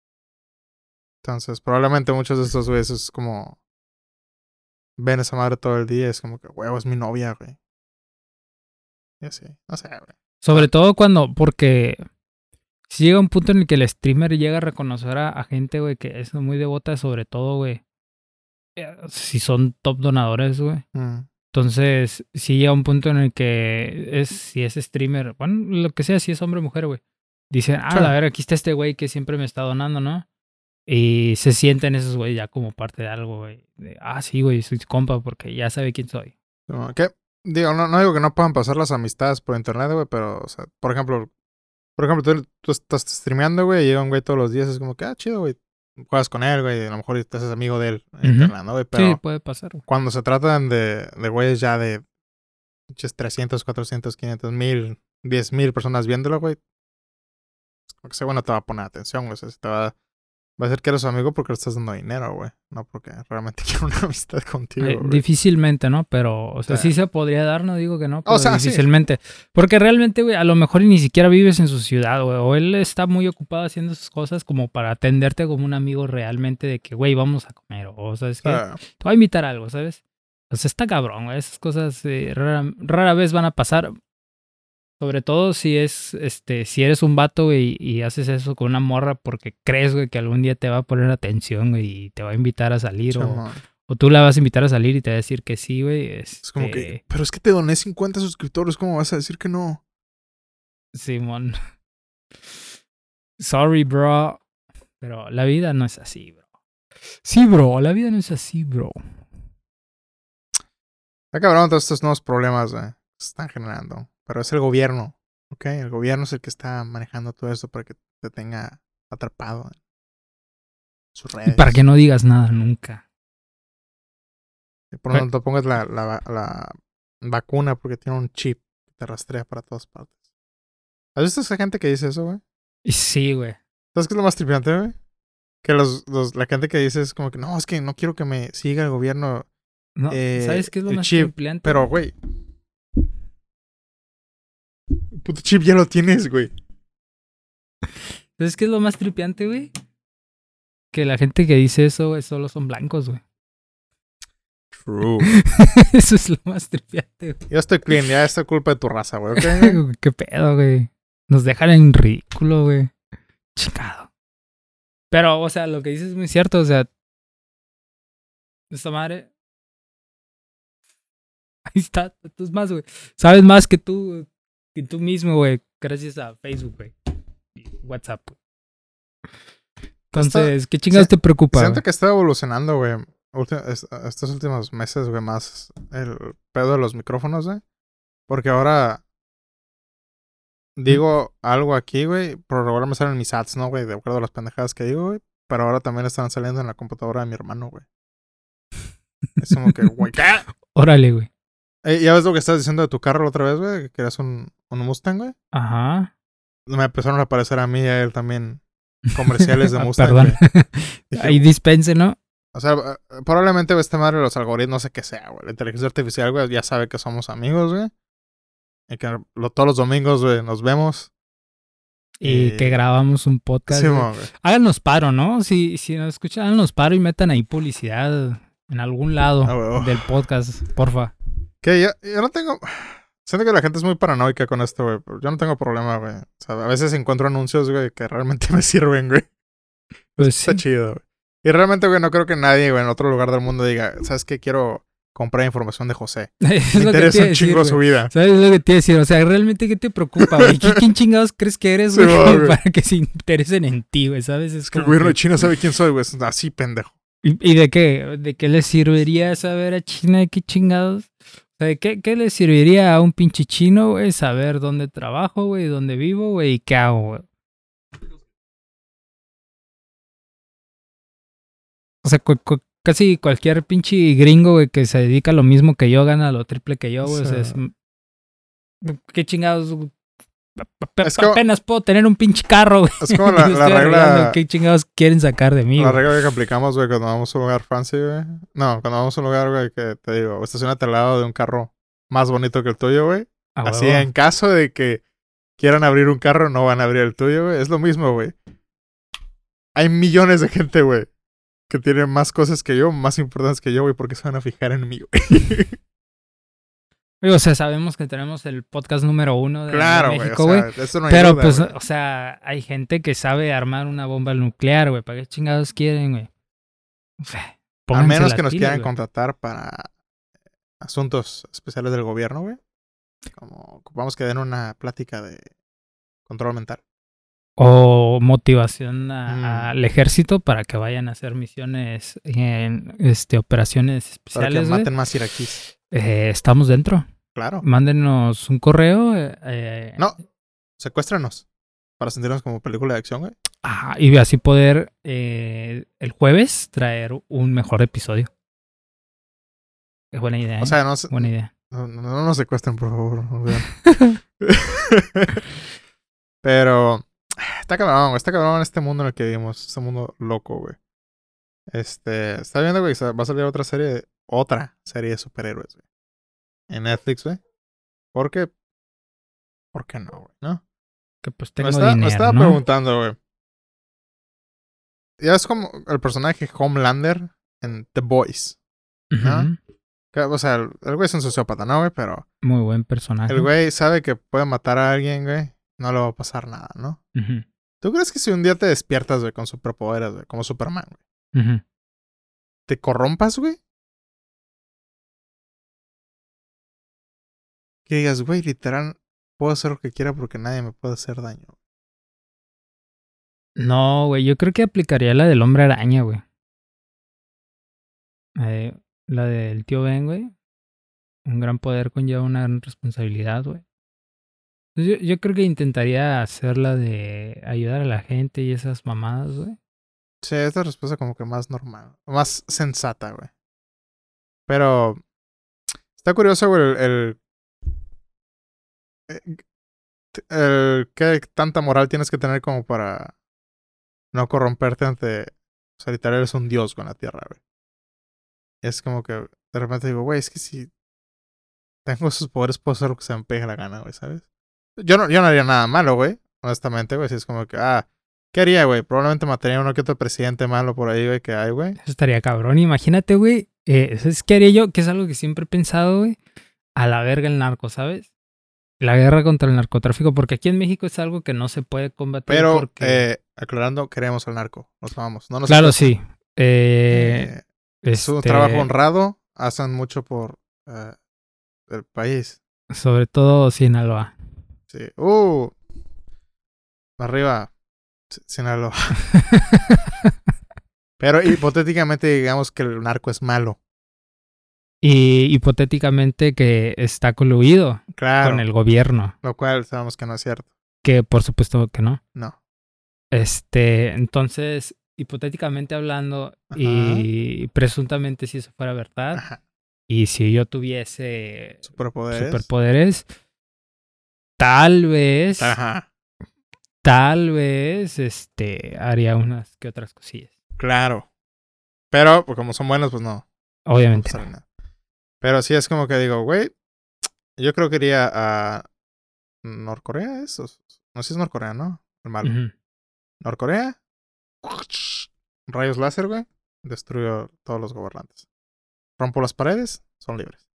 [SPEAKER 1] Entonces, probablemente muchos de estos güeyes es como... Ven a esa madre todo el día. Es como que, huevo, es mi novia, güey. Y así. No sé, güey.
[SPEAKER 2] Sobre todo cuando... Porque... Si llega un punto en el que el streamer llega a reconocer a gente, güey, que es muy devota, sobre todo, güey. Si son top donadores, güey. Entonces, si llega un punto en el que si es streamer, bueno, lo que sea, si es hombre o mujer, güey. Dicen, a ver, aquí está este güey que siempre me está donando, ¿no? Y se sienten esos güey ya como parte de algo, güey. Sí, güey, soy su compa porque ya sabe quién soy.
[SPEAKER 1] ¿Qué? Digo, no digo que no puedan pasar las amistades por internet, güey, pero, o sea, por ejemplo, tú estás streameando, güey, y llega un güey todos los días, es como que, chido, güey. Juegas con él, güey, a lo mejor te haces amigo de él en internet, ¿no, güey? Pero
[SPEAKER 2] sí, puede pasar, güey.
[SPEAKER 1] Cuando se tratan de güeyes ya de 300, 400, 500, 1000, 10,000 personas viéndolo, güey, es como que ese güey no te va a poner atención, güey. O sea, va a decir que eres su amigo porque le estás dando dinero, güey. No porque realmente quiere una amistad contigo, güey.
[SPEAKER 2] Difícilmente, ¿no? Pero, o sea, sí se podría dar, no digo que no, pero
[SPEAKER 1] o sea,
[SPEAKER 2] difícilmente.
[SPEAKER 1] Sí.
[SPEAKER 2] Porque realmente, güey, a lo mejor ni siquiera vives en su ciudad, güey. O él está muy ocupado haciendo sus cosas como para atenderte como un amigo realmente de que, güey, vamos a comer. O, ¿sabes qué? Te voy a invitar a algo, ¿sabes? O sea, está cabrón, güey. Esas cosas rara vez van a pasar. Sobre todo si si eres un vato, güey, y haces eso con una morra porque crees, güey, que algún día te va a poner atención, güey, y te va a invitar a salir, o tú la vas a invitar a salir y te va a decir que sí, güey.
[SPEAKER 1] Es como que, pero es que te doné 50 suscriptores, ¿cómo vas a decir que no?
[SPEAKER 2] Simón. Sorry, bro. Pero la vida no es así, bro. Sí, bro, la vida no es así, bro.
[SPEAKER 1] Está cabrón todos estos nuevos problemas, güey, se están generando. Pero es el gobierno, ¿ok? El gobierno es el que está manejando todo esto para que te tenga atrapado en sus redes.
[SPEAKER 2] Y para que no digas nada nunca.
[SPEAKER 1] Y por lo tanto pongas la vacuna porque tiene un chip que te rastrea para todas partes. ¿Has visto esa gente que dice eso, güey?
[SPEAKER 2] Sí, güey.
[SPEAKER 1] ¿Sabes qué es lo más tripiante, güey? Que la gente que dice es como que no, es que no quiero que me siga el gobierno.
[SPEAKER 2] No, ¿sabes qué es lo más
[SPEAKER 1] chip,
[SPEAKER 2] tripiante?
[SPEAKER 1] Pero, güey, el puto chip ya lo tienes, güey.
[SPEAKER 2] ¿Sabes qué es lo más tripiante, güey? Que la gente que dice eso, güey, solo son blancos, güey.
[SPEAKER 1] True.
[SPEAKER 2] Eso es lo más tripiante, güey.
[SPEAKER 1] Yo estoy clean, ya es culpa de tu raza, güey, ¿ok?
[SPEAKER 2] ¿Qué pedo, güey? Nos dejan en ridículo, güey. Chingado. Pero, o sea, lo que dices es muy cierto, o sea. Esta madre. Ahí está, tú es más, güey. Sabes más que tú mismo, güey. Gracias a Facebook, güey. Y WhatsApp, güey. Entonces, ¿qué chingados te preocupa?
[SPEAKER 1] Siento que está evolucionando, güey. Estos últimos meses, güey, más el pedo de los micrófonos, güey. Porque ahora digo algo aquí, güey. Por regular me salen mis ads, ¿no, güey? De acuerdo a las pendejadas que digo, güey. Pero ahora también están saliendo en la computadora de mi hermano, güey. Es como que, güey, ¿qué?
[SPEAKER 2] Órale, güey.
[SPEAKER 1] ¿Ya ves lo que estás diciendo de tu carro la otra vez, güey? Que eras un Mustang, güey.
[SPEAKER 2] Ajá.
[SPEAKER 1] Me empezaron a aparecer a mí y a él también comerciales de Mustang,
[SPEAKER 2] perdón. Ahí dispense, ¿no?
[SPEAKER 1] O sea, probablemente esta madre de los algoritmos, no sé qué sea, güey. La inteligencia artificial, güey, ya sabe que somos amigos, güey. Y que todos los domingos, güey, nos vemos.
[SPEAKER 2] Y que grabamos un podcast.
[SPEAKER 1] Sí,
[SPEAKER 2] güey. Háganos paro, ¿no? Si nos escuchan, háganos paro y metan ahí publicidad en algún lado del podcast, porfa.
[SPEAKER 1] Que yo no tengo... Siento que la gente es muy paranoica con esto, güey. Yo no tengo problema, güey. O sea, a veces encuentro anuncios, güey, que realmente me sirven, güey.
[SPEAKER 2] Pues
[SPEAKER 1] está chido, güey. Y realmente, güey, no creo que nadie, güey, en otro lugar del mundo diga, ¿sabes qué? Quiero comprar información de José. Me interesa un chingo su vida.
[SPEAKER 2] ¿Sabes lo que te iba a decir? O sea, ¿realmente qué te preocupa, güey? ¿Quién chingados crees que eres, güey? Sí, para que se interesen en ti, güey, ¿sabes?
[SPEAKER 1] Es que el gobierno de China sabe quién soy, güey. Así, pendejo.
[SPEAKER 2] ¿Y de qué? ¿De qué le serviría saber a China de qué chingados? O sea, ¿qué le serviría a un pinche chino, güey? Saber dónde trabajo, güey, dónde vivo, güey, y qué hago, güey. O sea, casi cualquier pinche gringo, güey, que se dedica a lo mismo que yo, gana lo triple que yo, güey. O sea, ¿qué chingados? Apenas puedo tener un pinche carro, güey.
[SPEAKER 1] Es como la regla...
[SPEAKER 2] ¿Qué chingados quieren sacar de mí,
[SPEAKER 1] La regla que aplicamos, güey, cuando vamos a un lugar fancy, güey. No, cuando vamos a un lugar, güey, que te digo, estacionate al lado de un carro más bonito que el tuyo, güey. Así, en caso de que quieran abrir un carro, no van a abrir el tuyo, güey. Es lo mismo, güey. Hay millones de gente, güey, que tienen más cosas que yo, más importantes que yo, güey, porque se van a fijar en mí, güey.
[SPEAKER 2] O sea, sabemos que tenemos el podcast número 1 de México, güey.
[SPEAKER 1] O sea, eso no hay
[SPEAKER 2] pero,
[SPEAKER 1] duda,
[SPEAKER 2] pues,
[SPEAKER 1] güey.
[SPEAKER 2] o sea, hay gente que sabe armar una bomba nuclear, güey. ¿Para qué chingados quieren, güey?
[SPEAKER 1] A menos que nos quieran contratar para asuntos especiales del gobierno, güey. Como ocupamos que den una plática de control mental.
[SPEAKER 2] O motivación al ejército para que vayan a hacer misiones en operaciones especiales.
[SPEAKER 1] Para que maten más iraquíes.
[SPEAKER 2] Estamos dentro.
[SPEAKER 1] Claro.
[SPEAKER 2] Mándenos un correo.
[SPEAKER 1] No, secuéstranos. Para sentirnos como película de acción, güey.
[SPEAKER 2] Y así poder el jueves traer un mejor episodio. Es buena idea.
[SPEAKER 1] O sea,
[SPEAKER 2] buena idea.
[SPEAKER 1] No nos secuestren, por favor. Pero está cabrón este mundo en el que vivimos. Este mundo loco, güey. Está viendo, güey, va a salir otra serie de superhéroes, güey. En Netflix, güey. ¿Por qué? ¿Por qué no, güey? ¿No?
[SPEAKER 2] Que pues tengo dinero,
[SPEAKER 1] me estaba preguntando, güey. Ya es como el personaje Homelander en The Boys, ¿no? O sea, el güey es un sociópata, ¿no, güey? Pero...
[SPEAKER 2] Muy buen personaje.
[SPEAKER 1] El güey sabe que puede matar a alguien, güey. No le va a pasar nada, ¿no? ¿Tú crees que si un día te despiertas, güey, con superpoderes, güey, como Superman, güey, te corrompas, güey? Que digas, güey, literal, puedo hacer lo que quiera porque nadie me puede hacer daño.
[SPEAKER 2] No, güey, yo creo que aplicaría la del Hombre Araña, güey. La del tío Ben, güey. Un gran poder conlleva una gran responsabilidad, güey. Yo creo que intentaría hacer la de ayudar a la gente y esas mamadas, güey.
[SPEAKER 1] Sí, esta respuesta como que más normal. Más sensata, güey. Pero... Está curioso, güey, qué tanta moral tienes que tener como para no corromperte ante... O sea, literal eres un dios con la tierra, güey. Es como que de repente digo, güey, es que si tengo esos poderes puedo hacer lo que se me pegue la gana, güey, ¿sabes? Yo no haría nada malo, güey. Honestamente, güey. Si es como que, ¿qué haría, güey? Probablemente mataría a uno que otro presidente malo por ahí, güey, que hay, güey.
[SPEAKER 2] Eso estaría cabrón. Imagínate, güey. ¿Qué haría yo? Que es algo que siempre he pensado, güey. A la verga el narco, ¿sabes? La guerra contra el narcotráfico. Porque aquí en México es algo que no se puede combatir.
[SPEAKER 1] Pero,
[SPEAKER 2] porque...
[SPEAKER 1] aclarando, queremos al narco. Nos vamos. No nos
[SPEAKER 2] claro, sí.
[SPEAKER 1] Es un trabajo honrado. Hacen mucho por el país.
[SPEAKER 2] Sobre todo Sinaloa.
[SPEAKER 1] Sí. Arriba. Sinaloa. Pero hipotéticamente digamos que el narco es malo.
[SPEAKER 2] Y hipotéticamente que está coluido con el gobierno.
[SPEAKER 1] Lo cual sabemos que no es cierto.
[SPEAKER 2] Que por supuesto que no.
[SPEAKER 1] No.
[SPEAKER 2] Entonces, hipotéticamente hablando, y presuntamente si eso fuera verdad, y si yo tuviese superpoderes, tal vez haría unas que otras cosillas.
[SPEAKER 1] Claro. Pero, pues como son buenos, pues no.
[SPEAKER 2] Obviamente
[SPEAKER 1] no. Nada. Pero sí es como que digo, güey, yo creo que iría a Norcorea, eso. No sé si es Norcorea, ¿no? El malo. Norcorea. Rayos láser, güey. Destruyo todos los gobernantes. Rompo las paredes, son libres.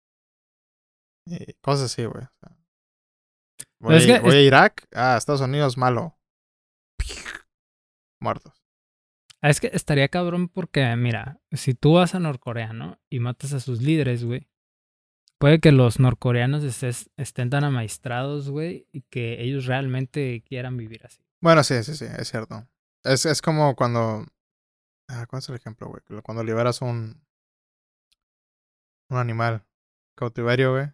[SPEAKER 1] Y cosas así, güey. O sea, voy a Irak. Estados Unidos, malo. Muertos.
[SPEAKER 2] Es que estaría cabrón porque, mira, si tú vas a Norcorea, ¿no? Y matas a sus líderes, güey. Puede que los norcoreanos estén tan amaestrados, güey, y que ellos realmente quieran vivir así.
[SPEAKER 1] Bueno, sí, es cierto. Es como cuando... ¿Cuál es el ejemplo, güey? Cuando liberas un animal cautiverio, güey.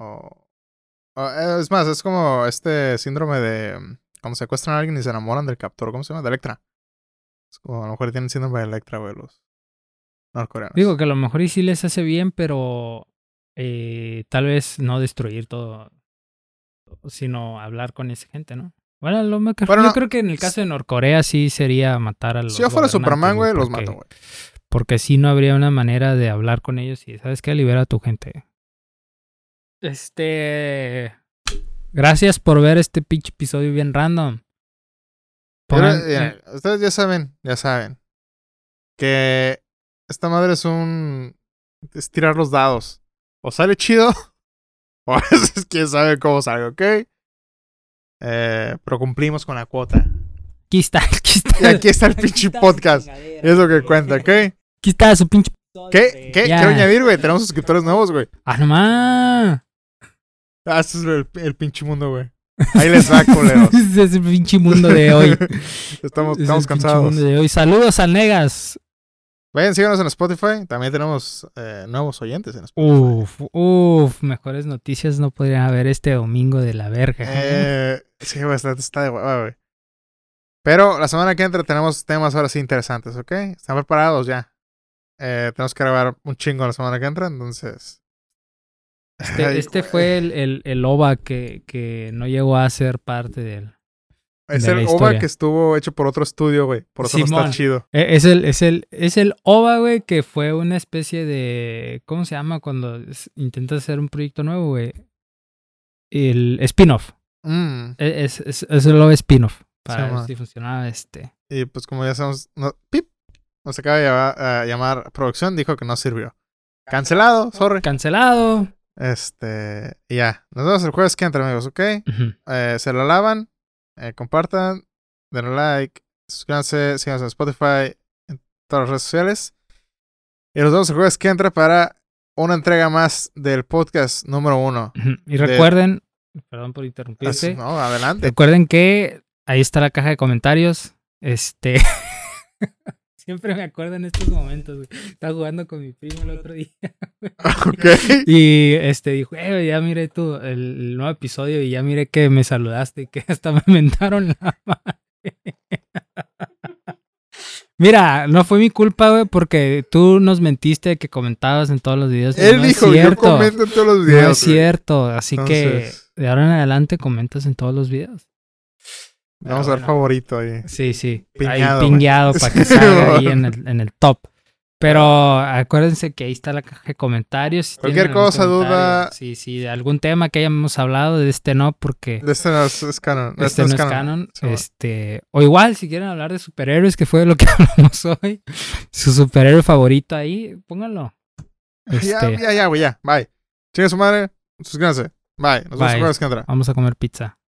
[SPEAKER 1] Es más, es como este síndrome de... Cuando secuestran a alguien y se enamoran del captor. ¿Cómo se llama? De Electra. Es como a lo mejor tienen síndrome de Electra, güey. norcoreanos.
[SPEAKER 2] Digo que a lo mejor y sí les hace bien, pero tal vez no destruir todo, sino hablar con esa gente, ¿no? Bueno, yo creo que en el caso de Norcorea sí sería matar a los
[SPEAKER 1] Si yo fuera Superman, güey, los mato, güey.
[SPEAKER 2] Porque sí no habría una manera de hablar con ellos y, ¿sabes qué? Libera a tu gente. Gracias por ver este pinche episodio bien random.
[SPEAKER 1] Ustedes ya saben. Que esta madre es tirar los dados. O sale chido, o a veces quién sabe cómo sale, ¿ok? Pero cumplimos con la cuota.
[SPEAKER 2] Aquí está.
[SPEAKER 1] Y aquí está el pinche podcast. Es lo que cuenta, ¿ok?
[SPEAKER 2] Aquí está su pinche...
[SPEAKER 1] ¿Qué? Quiero añadir, güey. Tenemos suscriptores nuevos, güey.
[SPEAKER 2] Nomás.
[SPEAKER 1] Este es el pinche mundo, güey. Ahí les va, culeros.
[SPEAKER 2] Ese es el pinche mundo de hoy.
[SPEAKER 1] Estamos cansados.
[SPEAKER 2] Mundo de hoy. Saludos al Negas.
[SPEAKER 1] Vayan, síganos en Spotify. También tenemos nuevos oyentes en Spotify.
[SPEAKER 2] Mejores noticias no podrían haber este domingo de la verga.
[SPEAKER 1] Sí, güey, está de hueva, güey. Pero la semana que entra tenemos temas ahora sí interesantes, ¿ok? ¿Están preparados ya? Tenemos que grabar un chingo la semana que entra, entonces...
[SPEAKER 2] Este fue el OVA que no llegó a ser parte del...
[SPEAKER 1] Es el OVA que estuvo hecho por otro estudio, güey. Por eso no está chido.
[SPEAKER 2] Es el OVA, güey, que fue una especie de... ¿Cómo se llama cuando intentas hacer un proyecto nuevo, güey? El spin-off. Es el OVA spin-off. Para ver si funcionaba
[SPEAKER 1] Y pues como ya sabemos... Nos acaba de llamar producción. Dijo que no sirvió. Cancelado, sorry.
[SPEAKER 2] Cancelado.
[SPEAKER 1] Y ya. Nos vemos el jueves que entra, amigos, ¿ok? Se lo lavan. Compartan, denle like, suscríbanse, síganos en Spotify, en todas las redes sociales. Y nos vemos el jueves que entra para una entrega más del podcast número 1.
[SPEAKER 2] Y recuerden, perdón por interrumpirte.
[SPEAKER 1] No, adelante.
[SPEAKER 2] Recuerden que ahí está la caja de comentarios. Siempre me acuerdo en estos momentos, güey. Estaba jugando con mi primo el otro día.
[SPEAKER 1] Ok.
[SPEAKER 2] Y dijo, ya miré el nuevo episodio y ya miré que me saludaste y que hasta me mentaron la madre. Mira, no fue mi culpa, güey, porque tú nos mentiste que comentabas en todos los videos.
[SPEAKER 1] Él dijo, yo comento en todos los videos.
[SPEAKER 2] No es cierto, así que de ahora en adelante comentas en todos los videos.
[SPEAKER 1] Vamos a ver favorito ahí.
[SPEAKER 2] Sí.
[SPEAKER 1] Piñado,
[SPEAKER 2] ahí pingueado para que salga ahí en el top. Pero acuérdense que ahí está la caja de comentarios. Si
[SPEAKER 1] cualquier cosa, duda.
[SPEAKER 2] Sí, de algún tema que hayamos hablado, de no, porque...
[SPEAKER 1] De este no es canon.
[SPEAKER 2] No es canon. O igual, si quieren hablar de superhéroes, que fue de lo que hablamos hoy. Su superhéroe favorito ahí, pónganlo.
[SPEAKER 1] Ya, güey, ya. Bye. Chingue su madre. Suscríbanse. Bye. Nos vemos el jueves que entra.
[SPEAKER 2] Vamos a comer pizza.